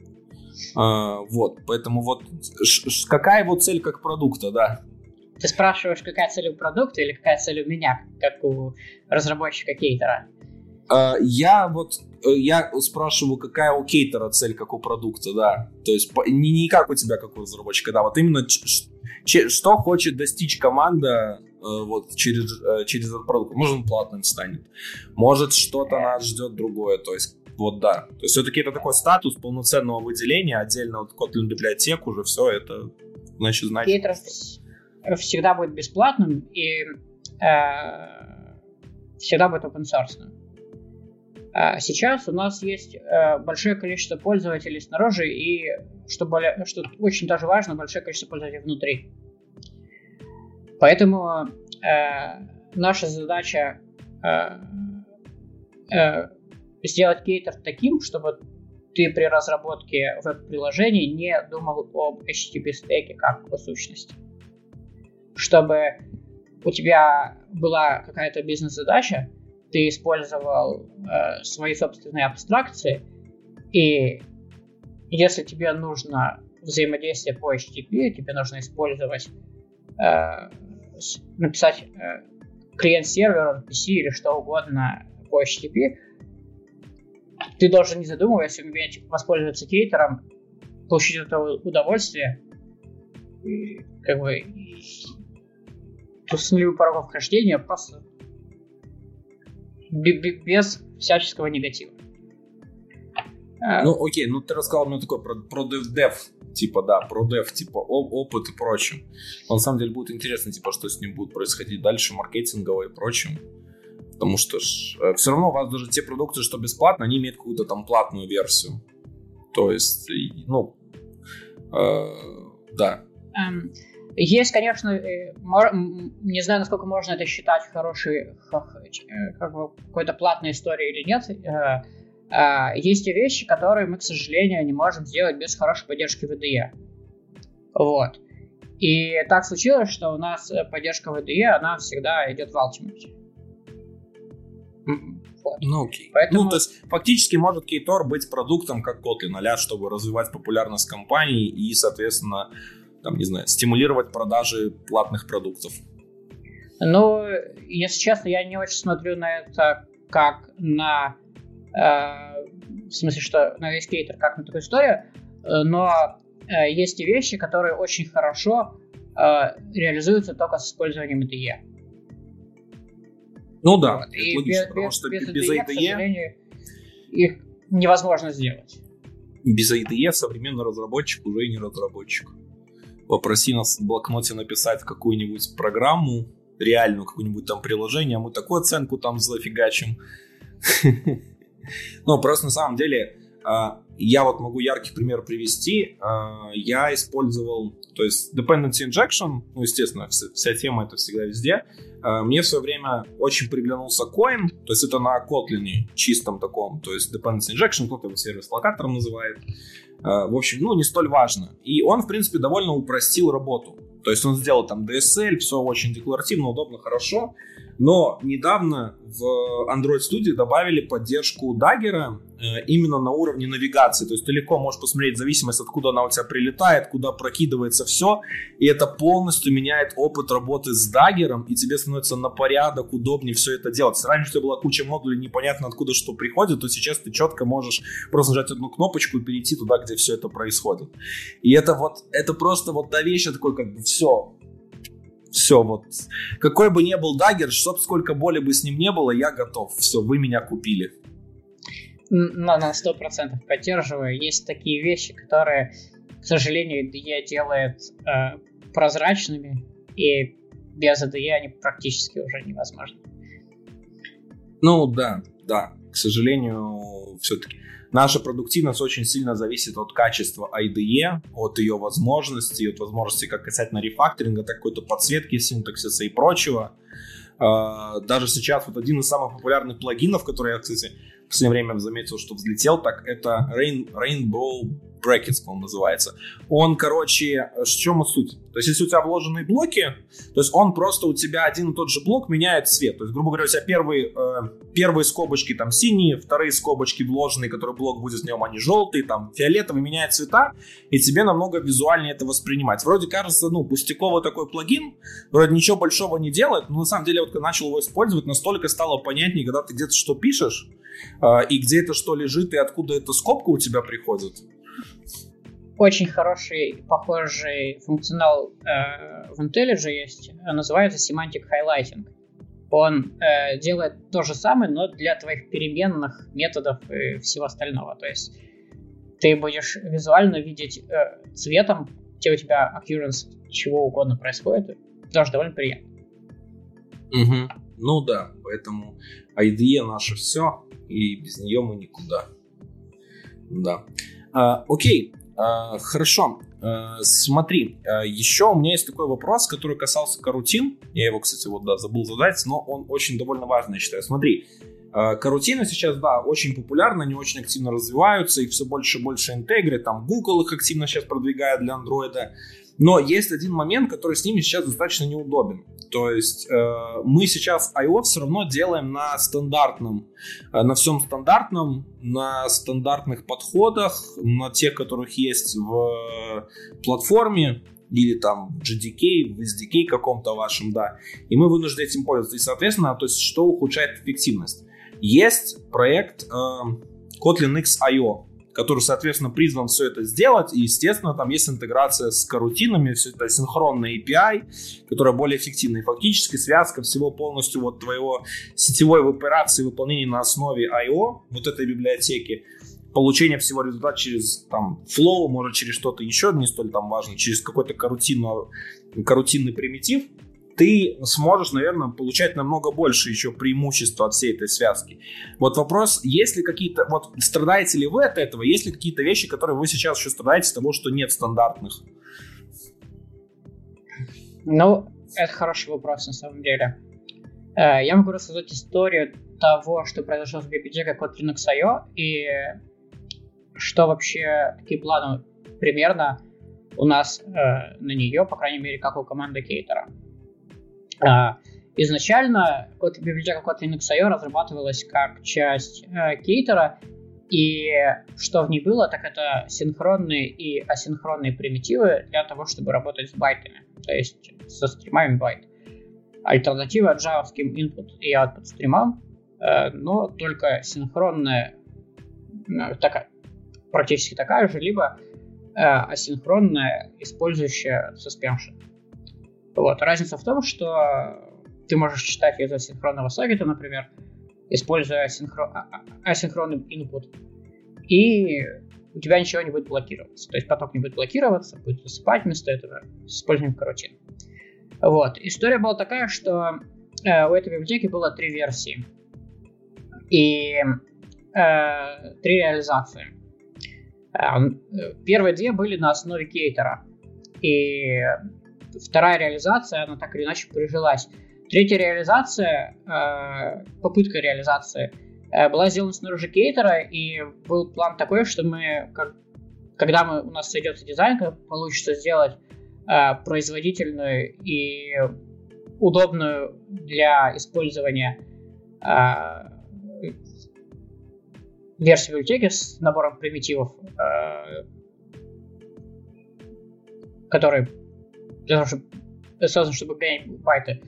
Поэтому какая его цель как продукта, да? Ты спрашиваешь, какая цель у продукта или какая цель у меня, как у разработчика Кейтера? Я спрашиваю, какая у Кейтера цель как у продукта, да. То есть не как у тебя, как у разработчика, да. Вот именно что хочет достичь команда через этот продукт. Может, он платным станет. Может, что-то нас ждет другое. То есть, да. То есть, все-таки это такой статус полноценного выделения, отдельно от Kotlin библиотек уже все это, значит. Кейтер всегда будет бесплатным и всегда будет open source. Сейчас у нас есть большое количество пользователей снаружи и, что очень даже важно, большое количество пользователей внутри. Поэтому наша задача сделать Кейтер таким, чтобы ты при разработке веб-приложений не думал об HTTP-стеке как о сущности. Чтобы у тебя была какая-то бизнес-задача, ты использовал свои собственные абстракции, и если тебе нужно взаимодействие по HTTP, тебе нужно использовать, написать клиент-сервер, RPC или что угодно по HTTP, ты должен, не задумываясь, уметь воспользоваться кейтером, получить от этого удовольствие, и, как бы, с нулевым порогом вхождения, просто без всяческого негатива. Ну, окей, ну ты рассказал мне такое про дев, типа, да, про дев, типа, опыт и прочее. Но на самом деле будет интересно, типа, что с ним будет происходить дальше, маркетингово и прочим. Потому что все равно у вас даже те продукты, что бесплатно, они имеют какую-то там платную версию. То есть, ну, да. Есть, конечно, не знаю, насколько можно это считать хорошей, как бы, какой-то платной историей или нет. Есть и вещи, которые мы, к сожалению, не можем сделать без хорошей поддержки VDE. Вот. И так случилось, что у нас поддержка VDE, она всегда идет в Ultimate. Вот. Ну, окей. Поэтому... Ну, то есть, фактически может Ktor быть продуктом как Kotlin, чтобы развивать популярность компании и, соответственно, там, не знаю, стимулировать продажи платных продуктов. Ну, если честно, я не очень смотрю на это как на... в смысле, что на весь Ktor как на такую историю, но есть и вещи, которые очень хорошо реализуются только с использованием IDE. Ну да, вот. это И логично, потому что без IDE, к сожалению, их невозможно сделать. Без IDE современный разработчик уже и не разработчик. Попроси нас в блокноте написать какую-нибудь программу, реальную какое-нибудь там приложение, мы такую оценку там зафигачим. Ну, просто на самом деле, я вот могу яркий пример привести. Я использовал, то есть dependency injection, ну, естественно, вся тема это всегда везде. Мне в свое время очень приглянулся Coin, то есть это на Kotlin чистом таком, то есть dependency injection, кто-то его сервис-локатором называет. В общем, ну, не столь важно. И он, в принципе, довольно упростил работу. То есть он сделал там DSL, все очень декларативно, удобно, хорошо. Но недавно в Android Studio добавили поддержку Dagger именно на уровне навигации. То есть ты легко можешь посмотреть в зависимости, откуда она у тебя прилетает, куда прокидывается все. И это полностью меняет опыт работы с Dagger, и тебе становится на порядок удобнее все это делать. Если раньше у тебя была куча модулей, непонятно откуда что приходит, то сейчас ты четко можешь просто нажать одну кнопочку и перейти туда, где все это происходит. И это просто вот та вещь, такой как бы все, вот. Какой бы ни был Dagger, сколько боли бы с ним не было, я готов. Все, вы меня купили. На 100% поддерживаю. Есть такие вещи, которые, к сожалению, IDE делает прозрачными, и без IDE они практически уже невозможны. Ну, да. К сожалению, все-таки наша продуктивность очень сильно зависит от качества IDE, от ее возможностей, от возможностей как касательно рефакторинга, так какой-то подсветки, синтаксиса и прочего. Даже сейчас вот один из самых популярных плагинов, который я, кстати, в последнее время заметил, что взлетел, так это Rainbow Brackets, он называется. Он, короче, в чем суть? То есть, если у тебя вложенные блоки, то есть он просто у тебя один и тот же блок меняет цвет. То есть, грубо говоря, у тебя первые скобочки там синие, вторые скобочки вложенные, который блок будет в нем, они желтые, там фиолетовый, меняет цвета, и тебе намного визуальнее это воспринимать. Вроде кажется, пустяковый такой плагин, вроде ничего большого не делает, но на самом деле, вот когда начал его использовать, настолько стало понятнее, когда ты где-то что пишешь, и где это что лежит, и откуда эта скобка у тебя приходит. Очень хороший, похожий функционал в IntelliJ есть, называется Semantic Highlighting. Он делает то же самое, но для твоих переменных, методов и всего остального. То есть ты будешь визуально видеть цветом, где у тебя occurrence чего угодно происходит, тоже довольно приятно. Угу. Ну да, поэтому IDE наше все, и без нее мы никуда. Да. Окей, хорошо. Смотри, еще у меня есть такой вопрос, который касался карутин. Я его, кстати, забыл задать, но он очень довольно важный, я считаю. Смотри, карутины сейчас, очень популярны, они очень активно развиваются, их все больше и больше интегрит. Там Google их активно сейчас продвигает для Android. Но есть один момент, который с ними сейчас достаточно неудобен. То есть мы сейчас I.O. все равно делаем на всем стандартном, на стандартных подходах, на тех, которых есть в платформе, или там в JDK, в SDK каком-то вашем, и мы вынуждены этим пользоваться. И, соответственно, то есть, что ухудшает эффективность? Есть проект Kotlin X IO, который, соответственно, призван все это сделать. И, естественно, там есть интеграция с карутинами, все это синхронная API, которая более эффективна. И фактически связка всего полностью вот твоего сетевой операции выполнения на основе I.O., вот этой библиотеки, получение всего результата через там flow, может через что-то еще не столь там важно, через какой-то карутинный примитив, ты сможешь, наверное, получать намного больше еще преимуществ от всей этой связки. Вот вопрос, есть ли какие-то, вот страдаете ли вы от этого, есть ли какие-то вещи, которые вы сейчас еще страдаете от того, что нет стандартных? Ну, это хороший вопрос на самом деле. Я могу рассказать историю того, что произошло с библиотекой Kotlin X IO и что вообще, какие планы примерно у нас на нее, по крайней мере, как у команды Кейтера. Изначально библиотека Kotlin X IO разрабатывалась как часть Кейтера, и что в ней было, так это синхронные и асинхронные примитивы для того, чтобы работать с байтами, то есть со стримами байт. Альтернатива джавовским input и output стримам, но только синхронная, практически такая же, либо асинхронная, использующая suspension. Вот. Разница в том, что ты можешь читать из асинхронного сокета, например, используя асинхронный input, и у тебя ничего не будет блокироваться. То есть поток не будет блокироваться, будет засыпать вместо этого с использованием карутин. Вот. История была такая, что у этой библиотеки было 3 версии и 3 реализации. Первые 2 были на основе Кейтера, и вторая реализация, она так или иначе прижилась. Третья реализация, попытка реализации, была сделана снаружи Кейтера, и был план такой, что когда у нас сойдется дизайн, получится сделать производительную и удобную для использования версию библиотеки с набором примитивов, который создан, чтобы гонять байты,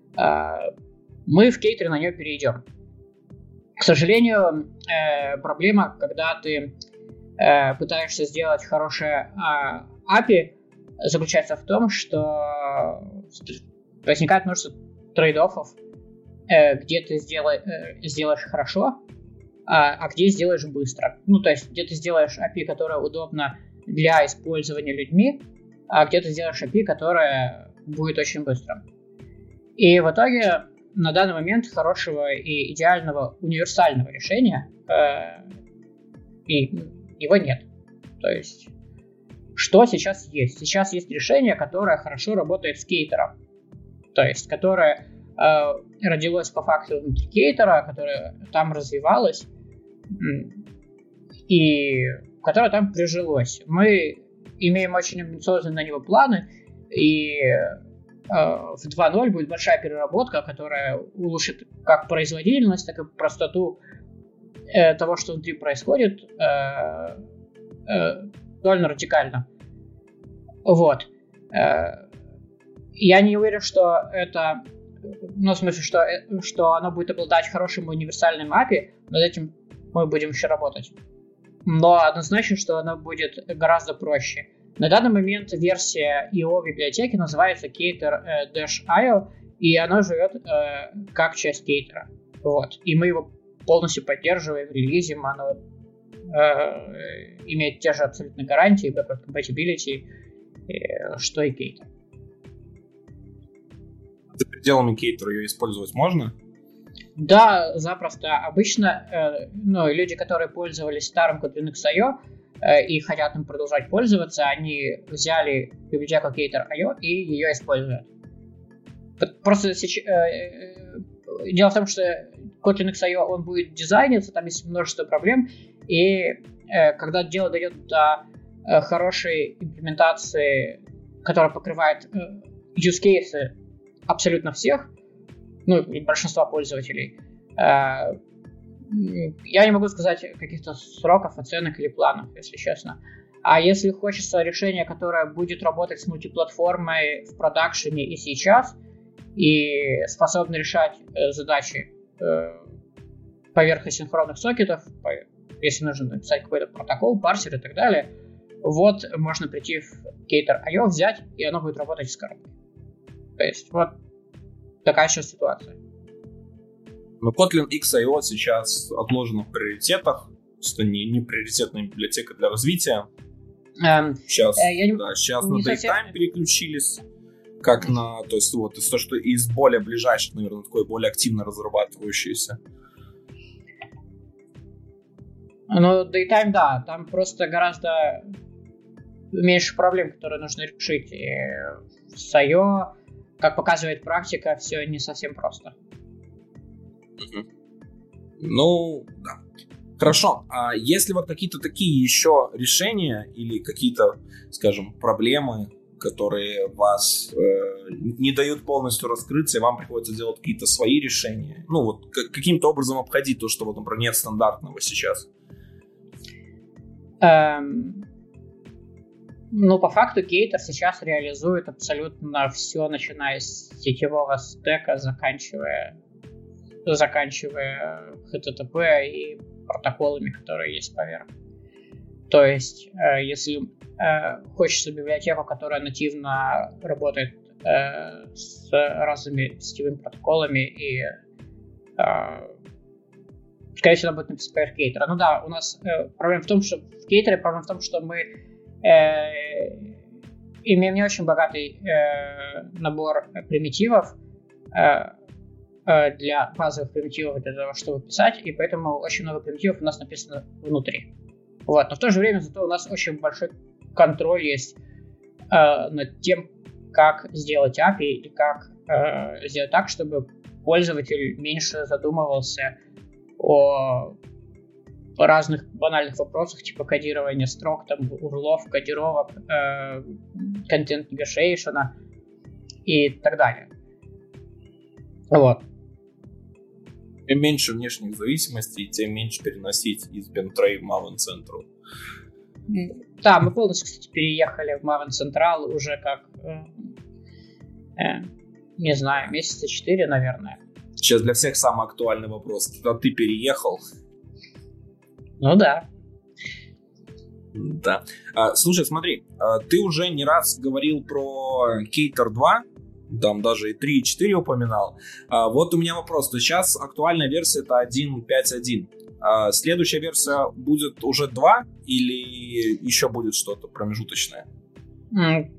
мы в Кейтере на нее перейдем. К сожалению, проблема, когда ты пытаешься сделать хорошее API, заключается в том, что возникает множество трейд-оффов, где ты сделаешь хорошо, а где сделаешь быстро. Ну, то есть, где ты сделаешь API, которое удобно для использования людьми, а где ты сделаешь API, которое будет очень быстро. И в итоге на данный момент хорошего и идеального универсального решения и его нет. То есть, что сейчас есть? Сейчас есть решение, которое хорошо работает с Кейтером. То есть, которое родилось по факту внутри Кейтера, которое там развивалось и которое там прижилось. Мы имеем очень амбициозные на него планы, и в 2.0 будет большая переработка, которая улучшит как производительность, так и простоту того, что внутри происходит, довольно радикально. Вот. Я не уверен, что это, ну, в смысле, что оно будет обладать хорошим универсальным API, над этим мы будем еще работать. Но однозначно, что оно будет гораздо проще. На данный момент версия IO библиотеки называется Cater-IO, и она живет как часть Кейтера. Вот. И мы его полностью поддерживаем, релизим, оно имеет те же абсолютно гарантии, backward compatibility, что и Кейтер. За пределами Кейтера ее использовать можно? Да, запросто. Обычно люди, которые пользовались старым Kotlin X IO и хотят им продолжать пользоваться, они взяли библиотеку Cater.io и ее используют. Просто дело в том, что Kotlin X IO, он будет дизайниться, там есть множество проблем, и когда дело дойдет до хорошей имплементации, которая покрывает use cases абсолютно всех, ну, и большинства пользователей, я не могу сказать каких-то сроков, оценок или планов, если честно. А если хочется решение, которое будет работать с мультиплатформой в продакшене и сейчас, и способно решать задачи поверх асинхронных сокетов, если нужно написать какой-то протокол, парсер и так далее, вот можно прийти в Gator.io, взять, и оно будет работать с коробкой. То есть вот такая сейчас ситуация. Но Kotlin X.io сейчас отложено в приоритетах, что не приоритетная библиотека для развития. Сейчас на Datetime переключились, как на, то есть вот то, что из более ближайших, наверное, такой более активно разрабатывающийся. Ну, Datetime, да, там просто гораздо меньше проблем, которые нужно решить. И с I.O., как показывает практика, все не совсем просто. Ну, да. Хорошо. А если вот какие-то такие еще решения или какие-то, скажем, проблемы, которые вас не дают полностью раскрыться, и вам приходится делать какие-то свои решения, ну вот каким-то образом обходить то, что вот, например, нет стандартного сейчас? Ну, по факту Gator сейчас реализует абсолютно все, начиная с сетевого стека, заканчивая HTTP и протоколами, которые есть поверх. То есть, если хочется библиотеку, которая нативно работает с разными сетевыми протоколами, и, скорее всего, она будет написана поверх Gator. Ну да, у нас проблема в том, что в Gator мы имеем не очень богатый набор примитивов, для базовых примитивов для того, чтобы писать, и поэтому очень много примитивов у нас написано внутри. Вот. Но в то же время зато у нас очень большой контроль есть над тем, как сделать API и как сделать так, чтобы пользователь меньше задумывался о разных банальных вопросах, типа кодирования строк, там, урлов, кодировок, контент negotiation и так далее. Вот. Чем меньше внешних зависимостей, тем меньше переносить из Bentray в Maven Central. Да, мы полностью, кстати, переехали в Maven Central уже как, не знаю, месяца 4, наверное. Сейчас для всех самый актуальный вопрос. Когда ты переехал? Ну да. Да. Слушай, смотри, ты уже не раз говорил про Gator 2, там даже и 3, и 4 упоминал. Вот у меня вопрос. То сейчас актуальная версия это 1.5.1. Следующая версия будет уже 2 или еще будет что-то промежуточное? В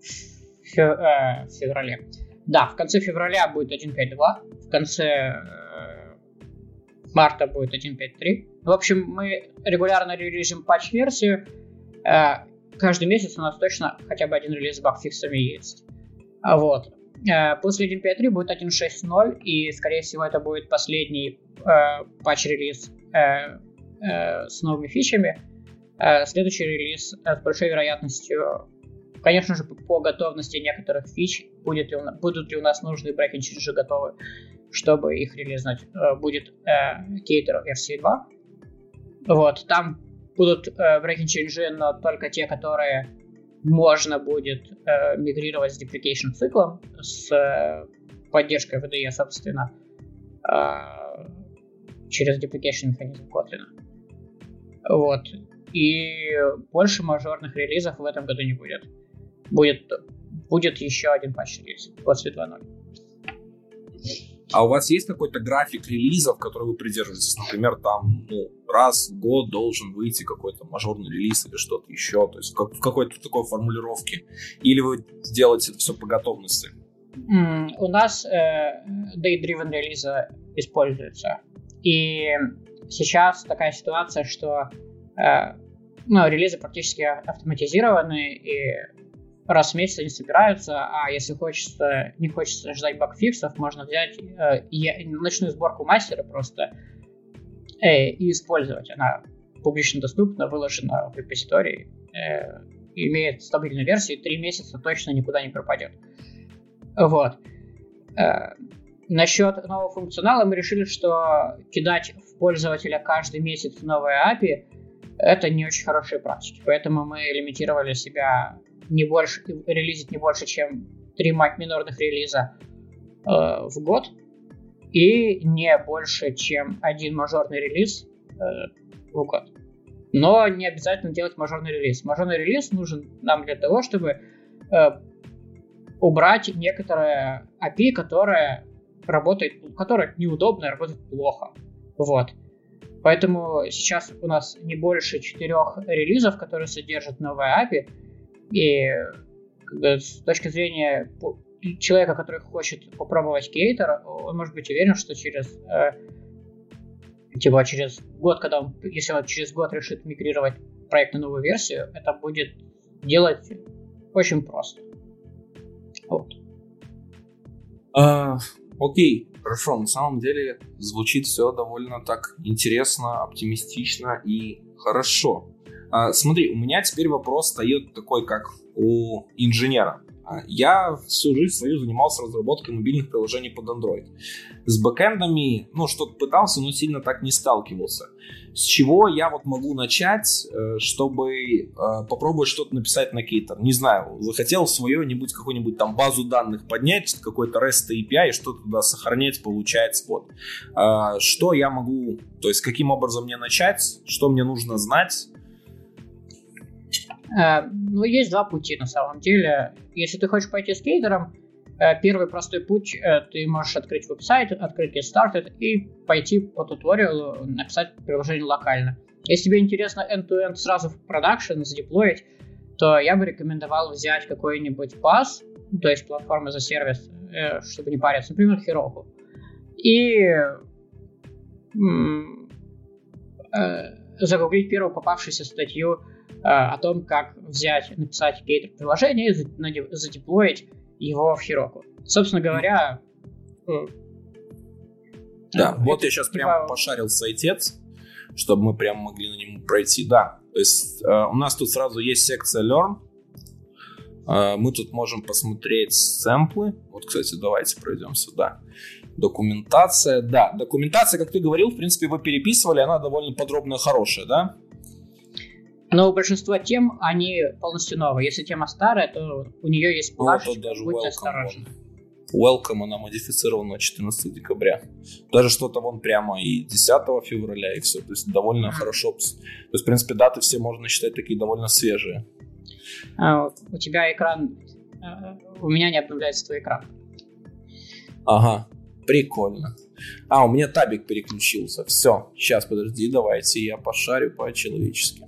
феврале. Да, в конце февраля будет 1.5.2, в конце марта будет 1.5.3. В общем, мы регулярно релизим патч-версию. Каждый месяц у нас точно хотя бы один релиз с баг-фиксами есть. Вот. После 1.5.3 будет 1.6.0, и, скорее всего, это будет последний патч-релиз с новыми фичами. Следующий релиз с большой вероятностью, конечно же, по готовности некоторых фич, будут ли у нас нужные breaking changes готовы, чтобы их релизнуть, будет Gator версии 2. Вот, там будут breaking changes, но только те, которые можно будет мигрировать с deprecation циклом, с поддержкой VDE, собственно, через deprecation механизм Kotlin. Вот. И больше мажорных релизов в этом году не будет. Будет еще один патч-релиз после 2.0. А у вас есть какой-то график релизов, который вы придерживаетесь? Например, там раз в год должен выйти какой-то мажорный релиз или что-то еще, то есть в какой-то такой формулировке? Или вы делаете это все по готовности? У нас day-driven релизы используются. И сейчас такая ситуация, что релизы практически автоматизированы, и раз в месяц они собираются, а если не хочется ждать багфиксов, можно взять ночную сборку мастера просто и использовать. Она публично доступна, выложена в репозитории, имеет стабильную версию, 3 месяца точно никуда не пропадет. Вот. Насчет нового функционала мы решили, что кидать в пользователя каждый месяц новые API это не очень хорошие практики, поэтому мы лимитировали себя релизить не больше, чем 3 минорных релиза в год и не больше, чем один мажорный релиз в год. Но не обязательно делать мажорный релиз. Мажорный релиз нужен нам для того, чтобы убрать некоторые API, которые неудобно и работают плохо. Вот. Поэтому сейчас у нас не больше 4 релизов, которые содержат новые API. И с точки зрения человека, который хочет попробовать Gator, он может быть уверен, что через год, если он через год решит мигрировать проект на новую версию, это будет делать очень просто. Вот. Окей, хорошо. На самом деле звучит все довольно так интересно, оптимистично и хорошо. Смотри, у меня теперь вопрос встает такой, как у инженера. Я всю жизнь свою занимался разработкой мобильных приложений под Android. С бэкэндами, что-то пытался, но сильно так не сталкивался. С чего я могу начать, чтобы попробовать что-то написать на Gator? Не знаю, захотел свою-нибудь какую-нибудь там базу данных поднять, какой-то REST API и что-то туда сохранять, получается. Вот. Что я могу, то есть каким образом мне начать, что мне нужно знать? Есть два пути на самом деле. Если ты хочешь пойти с Gator, первый простой путь, ты можешь открыть веб-сайт, открыть Get Started и пойти по туториалу написать приложение локально. Если тебе интересно end-to-end сразу в продакшн задеплоить, то я бы рекомендовал взять какой-нибудь PaaS, то есть платформу за сервис, чтобы не париться, например, Heroku, и загуглить первую попавшуюся статью о том, как написать Gator приложение и задеплоить его в Heroku. Собственно говоря... Да, вот я сейчас прям пошарил сайтец, чтобы мы прям могли на нем пройти. Да, то есть у нас тут сразу есть секция Learn. Мы тут можем посмотреть сэмплы. Вот, кстати, давайте пройдем сюда. Документация. Да, документация, как ты говорил, в принципе, вы переписывали, она довольно подробная, хорошая, да? Но большинство тем, они полностью новые. Если тема старая, то у нее есть плашечка, будьте осторожны. Welcome, она модифицирована 14 декабря. Даже что-то прямо и 10 февраля, и все. То есть довольно хорошо. То есть, в принципе, даты все можно считать такие довольно свежие. У тебя экран... У меня не обновляется твой экран. Ага, прикольно. У меня табик переключился. Все, сейчас, подожди, давайте я пошарю по-человечески.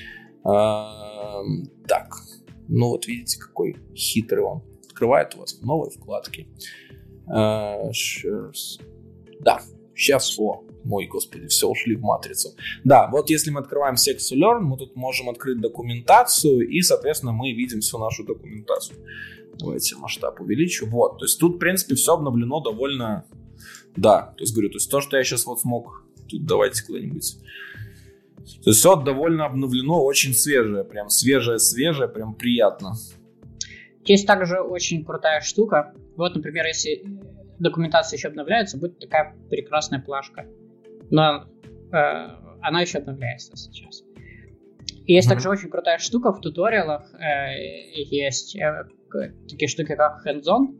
Так, вот видите, какой хитрый он. Открывает у вас в новой вкладке. Shares. Да, сейчас, мой господи, все, ушли в матрицу. Да, вот если мы открываем секцию Learn, мы тут можем открыть документацию, и, соответственно, мы видим всю нашу документацию. Давайте масштаб увеличу. Вот, то есть тут, в принципе, все обновлено довольно... Да, то есть, говорю, то, что я сейчас смог... Тут давайте куда-нибудь... То есть все довольно обновлено, очень свежее, прям свежее, прям приятно. Есть также очень крутая штука. Вот, например, если документация еще обновляется, будет такая прекрасная плашка. Но она еще обновляется сейчас. И есть также очень крутая штука в туториалах. Есть такие штуки, как hands-on.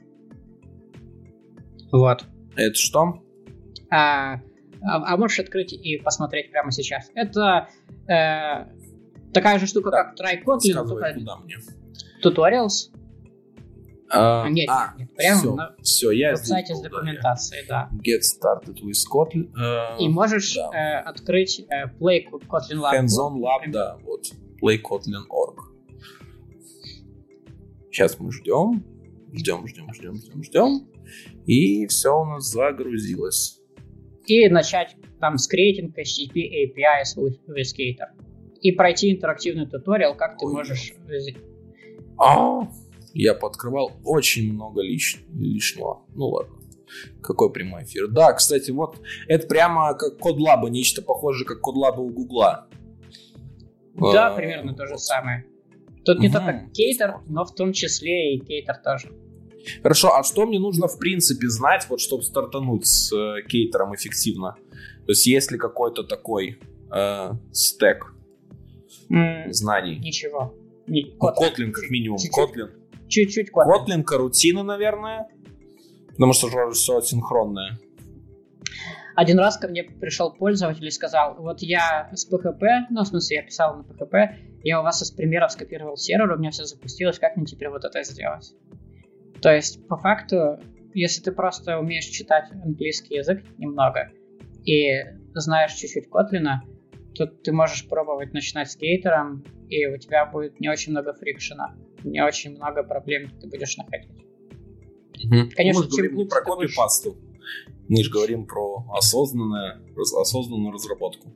Вот. Это что? Можешь открыть и посмотреть прямо сейчас. Это такая же штука, как Try Kotlin. Рассказывай, куда мне. Tutorials. Нет. Прямо на веб-сайте с документацией, да. Get started with Kotlin. И можешь открыть Play Kotlin Lab. Hands-on Lab, да, вот. Play Kotlin.org. Сейчас мы ждем. И все у нас загрузилось. И начать там скрейтинг HTTP APIs with Gator. И пройти интерактивный туториал, как ты можешь... Я пооткрывал очень много лишнего. Ну ладно. Какой прямой эфир. Да, кстати, вот это прямо как CodeLab, нечто похожее, как CodeLab у Гугла. Да, примерно то же самое. Тут не только Gator, но в том числе и Gator тоже. Хорошо, а что мне нужно в принципе знать, вот чтобы стартануть с Gator'ом эффективно? То есть есть ли какой-то такой стек знаний? Ничего. Kotlin как минимум. Чуть-чуть. Чуть-чуть Kotlin. Kotlin, карутина, наверное. Потому что же все асинхронное. Один раз ко мне пришел пользователь и сказал, вот я с PHP, ну, в смысле, я писал на PHP, я у вас из примеров скопировал сервер, у меня все запустилось, как мне теперь вот это сделать? То есть, по факту, если ты просто умеешь читать английский язык немного и знаешь чуть-чуть Kotlin, то ты можешь пробовать начинать с гейтером, и у тебя будет не очень много фрикшена, не очень много проблем ты будешь находить. Конечно, мы же говорим не про копипасту, мы же говорим про осознанную разработку.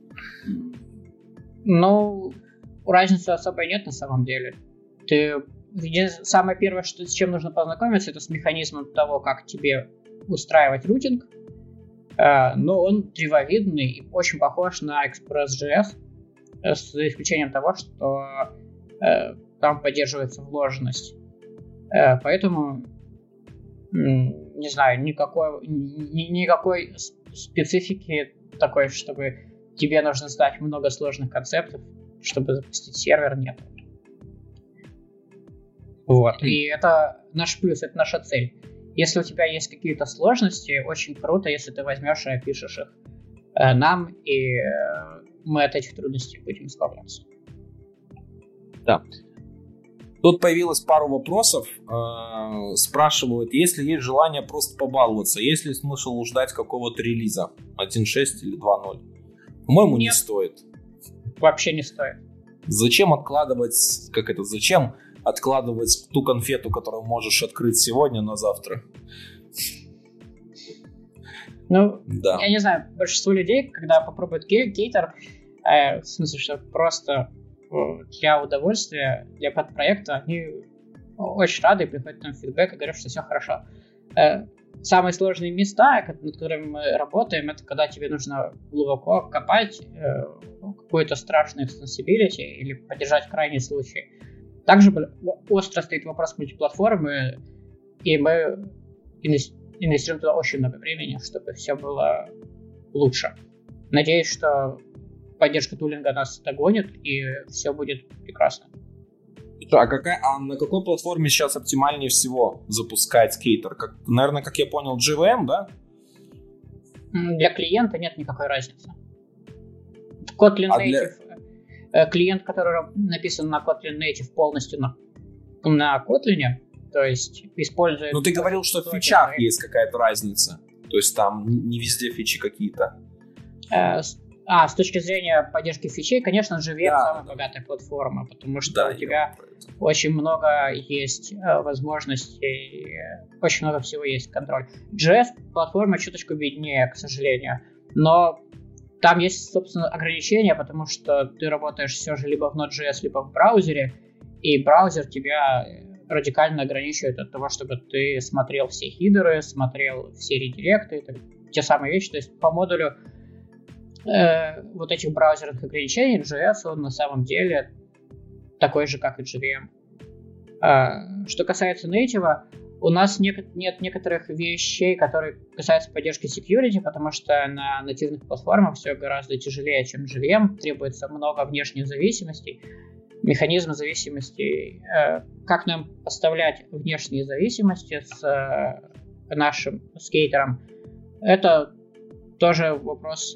Ну, разницы особой нет на самом деле. Самое первое, с чем нужно познакомиться, это с механизмом того, как тебе устраивать рутинг. Но он древовидный и очень похож на Express.js, за исключением того, что там поддерживается вложенность. Поэтому, не знаю, никакой специфики такой, чтобы тебе нужно знать много сложных концептов, чтобы запустить сервер, нет. Вот. И это наш плюс, это наша цель. Если у тебя есть какие-то сложности, очень круто, если ты возьмешь и опишешь их нам, и мы от этих трудностей будем избавляться. Да. Тут появилось пару вопросов. Спрашивают, если есть желание просто побаловаться, есть ли смысл ждать какого-то релиза 1.6 или 2.0? По-моему, не стоит. Вообще не стоит. Зачем откладывать ту конфету, которую можешь открыть сегодня на завтра? Ну, да. Я не знаю, большинство людей, когда попробуют гейтер, в смысле, что просто для удовольствия, для подпроекта, они очень рады и приходят нам фидбэк и говорят, что все хорошо. Самые сложные места, над которыми мы работаем, это когда тебе нужно глубоко копать какой-то страшный extensibility или поддержать крайний случай. Также остро стоит вопрос мультиплатформы, и мы инвестируем туда очень много времени, чтобы все было лучше. Надеюсь, что поддержка тулинга нас догонит, и все будет прекрасно. А на какой платформе сейчас оптимальнее всего запускать скейтер? Наверное, как я понял, JVM, да? Для клиента нет никакой разницы. Kotlin Native, клиент, который написан на Kotlin Native полностью на Kotlin, то есть использует... Ну, ты говорил, что в фичах есть какая-то разница. То есть там не везде фичи какие-то. С точки зрения поддержки фичей, конечно, JVM самая богатая платформа, потому что у тебя очень много есть возможностей, очень много всего есть контроль. JS-платформа чуточку беднее, к сожалению, но там есть, собственно, ограничения, потому что ты работаешь все же либо в Node.js, либо в браузере, и браузер тебя радикально ограничивает от того, чтобы ты смотрел все хидеры, смотрел все редиректы, те самые вещи, то есть по модулю вот этих браузерных ограничений, JS, он на самом деле такой же, как и JVM. Что касается native, у нас нет некоторых вещей, которые касаются поддержки security, потому что на нативных платформах все гораздо тяжелее, чем JVM, требуется много внешних зависимостей, механизмы зависимостей. Как нам поставлять внешние зависимости с нашим скейтером, это тоже вопрос,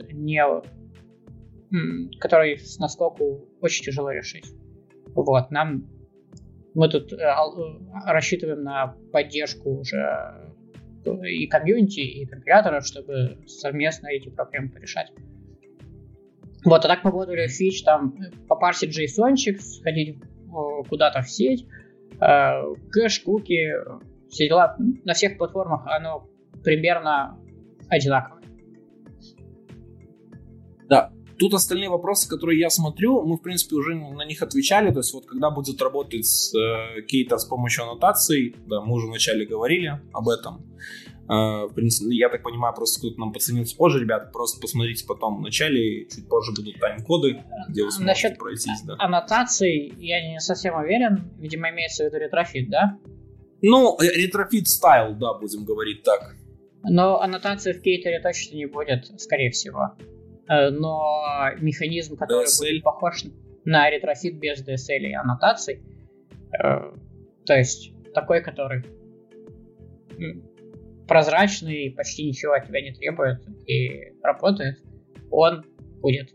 который с наскоку очень тяжело решить. Вот, мы тут рассчитываем на поддержку уже и комьюнити, и компиляторов, чтобы совместно эти проблемы порешать. Вот, а так по модулю фич, там, попарсить JSON-чик, сходить куда-то в сеть, кэш, куки, все дела. На всех платформах оно примерно одинаковое. Да, тут остальные вопросы, которые я смотрю, мы, в принципе, уже на них отвечали. То есть, вот когда будет работать кейтер с помощью аннотаций, да, мы уже вначале говорили об этом. В принципе, я так понимаю, просто кто-то нам подсоединится позже, ребят, просто посмотрите потом в начале, чуть позже будут тайм-коды, где вы сможете насчет пройтись. Да. Аннотаций я не совсем уверен, видимо, имеется в виду ретрофит, да? Ну, ретрофит стайл, да, будем говорить так. Но аннотации в кейтере точно не будет, скорее всего. Но механизм, который будет похож на ретрофит без DSL и аннотаций, то есть такой, который прозрачный, почти ничего от тебя не требует и работает, он будет.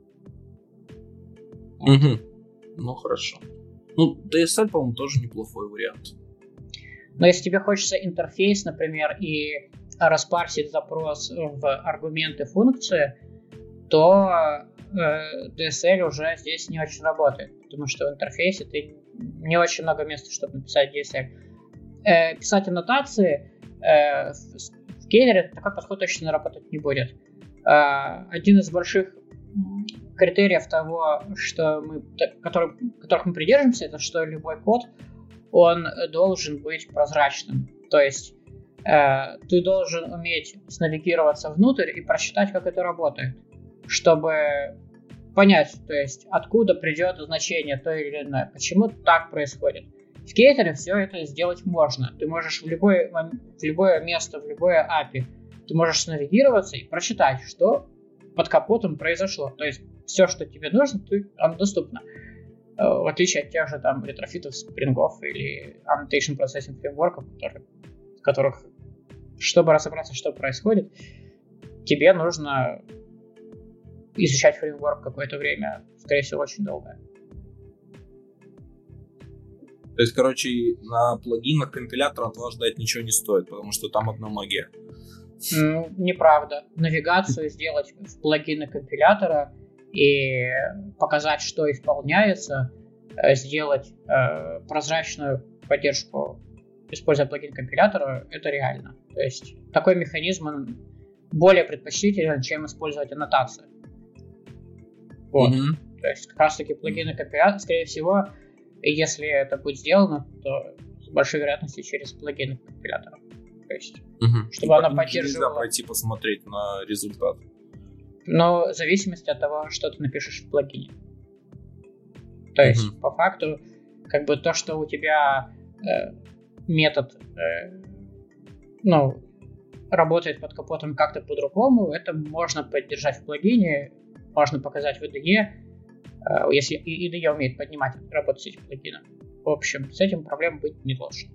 Угу. Ну, хорошо. Ну, DSL, по-моему, тоже неплохой вариант. Но если тебе хочется интерфейс, например, и распарсить запрос в аргументы функции, то DSL уже здесь не очень работает, потому что в интерфейсе ты не очень много места, чтобы написать DSL. Писать аннотации в кейтере такой подход точно работать не будет. Один из больших критериев того, которых мы придерживаемся, это что любой код, он должен быть прозрачным. То есть ты должен уметь снавигироваться внутрь и просчитать, как это работает, чтобы понять, то есть откуда придет значение то или иное, почему так происходит. В кейтере все это сделать можно. Ты можешь в любое место, в любое API, ты можешь снавигироваться и прочитать, что под капотом произошло. То есть все, что тебе нужно, оно доступно. В отличие от тех же там ретрофитов, спрингов или annotation processing фреймворков, которых, чтобы разобраться, что происходит, тебе нужно изучать фреймворк какое-то время, скорее всего, очень долгое. То есть, короче, на плагинах компилятора от вас ждать ничего не стоит, потому что там одна магия. Неправда. Навигацию сделать в плагины компилятора и показать, что исполняется, сделать прозрачную поддержку, используя плагин компилятора, это реально. То есть такой механизм он более предпочтителен, чем использовать аннотацию. Вот. Mm-hmm. То есть как раз таки плагины компилятора, скорее всего, если это будет сделано, то с большой вероятностью через плагины компилятора. То есть, чтобы она поддерживала... Нельзя пройти посмотреть на результат. Но в зависимости от того, что ты напишешь в плагине. То есть, по факту, как бы то, что у тебя метод работает под капотом как-то по-другому, это можно поддержать в плагине, можно показать в IDE, если IDE умеет поднимать работу с этим плагином. В общем, с этим проблем быть не должно.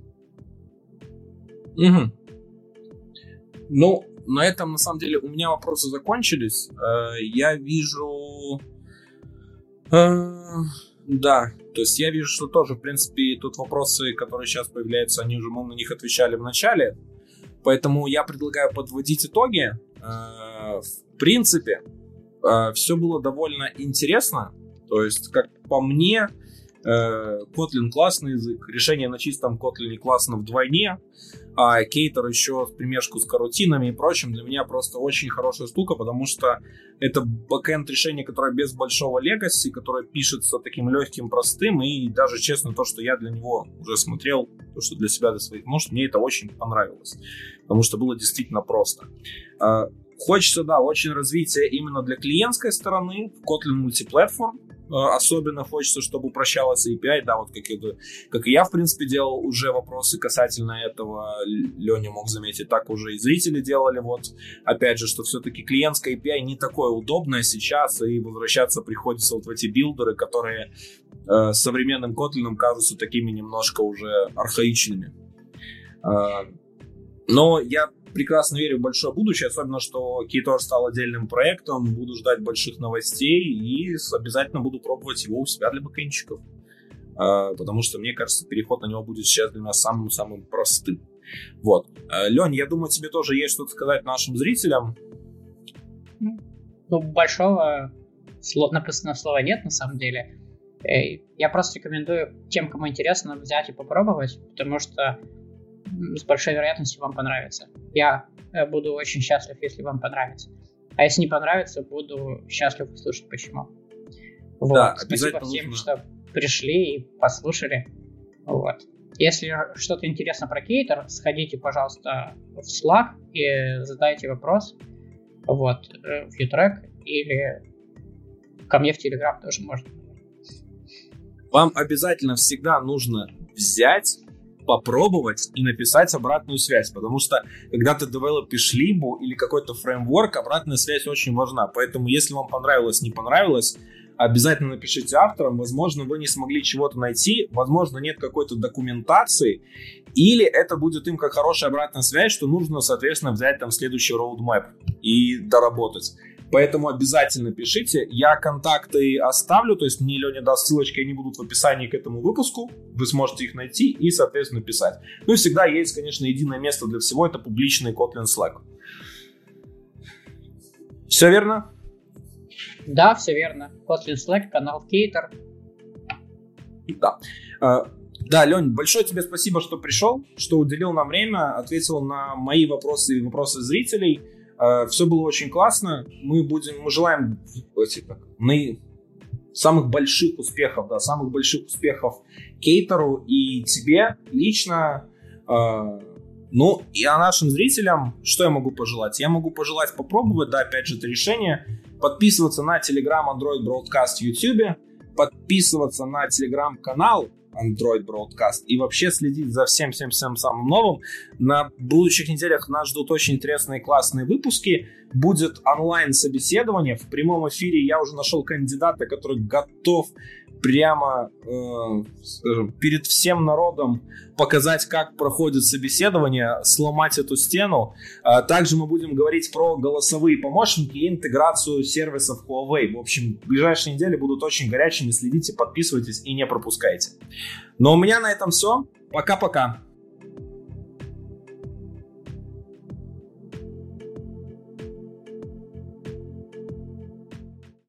Угу. Ну, на этом, на самом деле, у меня вопросы закончились. Я вижу... Да, то есть я вижу, что тоже, в принципе, тут вопросы, которые сейчас появляются, мы на них отвечали в начале. Поэтому я предлагаю подводить итоги. В принципе, все было довольно интересно. То есть, как по мне, Kotlin классный язык, решение на чистом Kotlin классно вдвойне, а кейтер еще в примешку с карутинами и прочим для меня просто очень хорошая штука, потому что это бэкэнд решение, которое без большого легаси, которое пишется таким легким, простым, и даже честно то, что я для него уже смотрел, то, что для себя, для своих нужд, мне это очень понравилось, потому что было действительно просто. Хочется, да, очень развития именно для клиентской стороны в Kotlin Multiplatform. Особенно хочется, чтобы упрощалась API, да, вот как и я, в принципе, делал уже вопросы касательно этого, Леня мог заметить, так уже и зрители делали, вот, опять же, что все-таки клиентская API не такое удобное сейчас, и возвращаться приходится вот в эти билдеры, которые современным Kotlin кажутся такими немножко уже архаичными. Но я прекрасно верю в большое будущее, особенно, что Keytor стал отдельным проектом, буду ждать больших новостей и обязательно буду пробовать его у себя для бэкэндчиков, потому что, мне кажется, переход на него будет сейчас для нас самым-самым простым. Вот. Лень, я думаю, тебе тоже есть что-то сказать нашим зрителям. Ну, большого написанного слова нет, на самом деле. Я просто рекомендую тем, кому интересно, взять и попробовать, потому что с большой вероятностью вам понравится. Я буду очень счастлив, если вам понравится. А если не понравится, буду счастлив услышать, почему. Вот. Да, спасибо всем, что пришли и послушали. Вот. Если что-то интересно про кейтер, сходите, пожалуйста, в Slack и задайте вопрос. Вот, в Utrek или ко мне в Telegram тоже можно. Вам обязательно всегда нужно взять, попробовать и написать обратную связь, потому что когда ты девелопишь либу или какой-то фреймворк, обратная связь очень важна, поэтому если вам понравилось, не понравилось, обязательно напишите авторам. Возможно, вы не смогли чего-то найти, возможно, нет какой-то документации, или это будет им как хорошая обратная связь, что нужно, соответственно, взять там следующий roadmap и доработать. Поэтому обязательно пишите. Я контакты оставлю, то есть мне Леня даст ссылочки, они будут в описании к этому выпуску. Вы сможете их найти и, соответственно, писать. Ну и всегда есть, конечно, единое место для всего. Это публичный Kotlin Slack. Все верно? Да, все верно. Kotlin Slack, канал Кейтер. Да. Да, Лень, большое тебе спасибо, что пришел, что уделил нам время, ответил на мои вопросы и вопросы зрителей. Все было очень классно. Мы желаем самых больших успехов, да, самых больших успехов Кейтеру и тебе лично. Ну, и нашим зрителям, что я могу пожелать? Я могу пожелать попробовать, да, опять же, это решение, подписываться на Telegram Android Broadcast в YouTube, подписываться на Telegram-канал Android Broadcast и вообще следить за всем самым новым. На будущих неделях нас ждут очень интересные классные выпуски. Будет онлайн-собеседование. В прямом эфире я уже нашел кандидата, который готов прямо, скажем, перед всем народом показать, как проходит собеседование, сломать эту стену. Также мы будем говорить про голосовые помощники и интеграцию сервисов Huawei. В общем, в ближайшие недели будут очень горячими. Следите, подписывайтесь и не пропускайте. Но у меня на этом все. Пока-пока.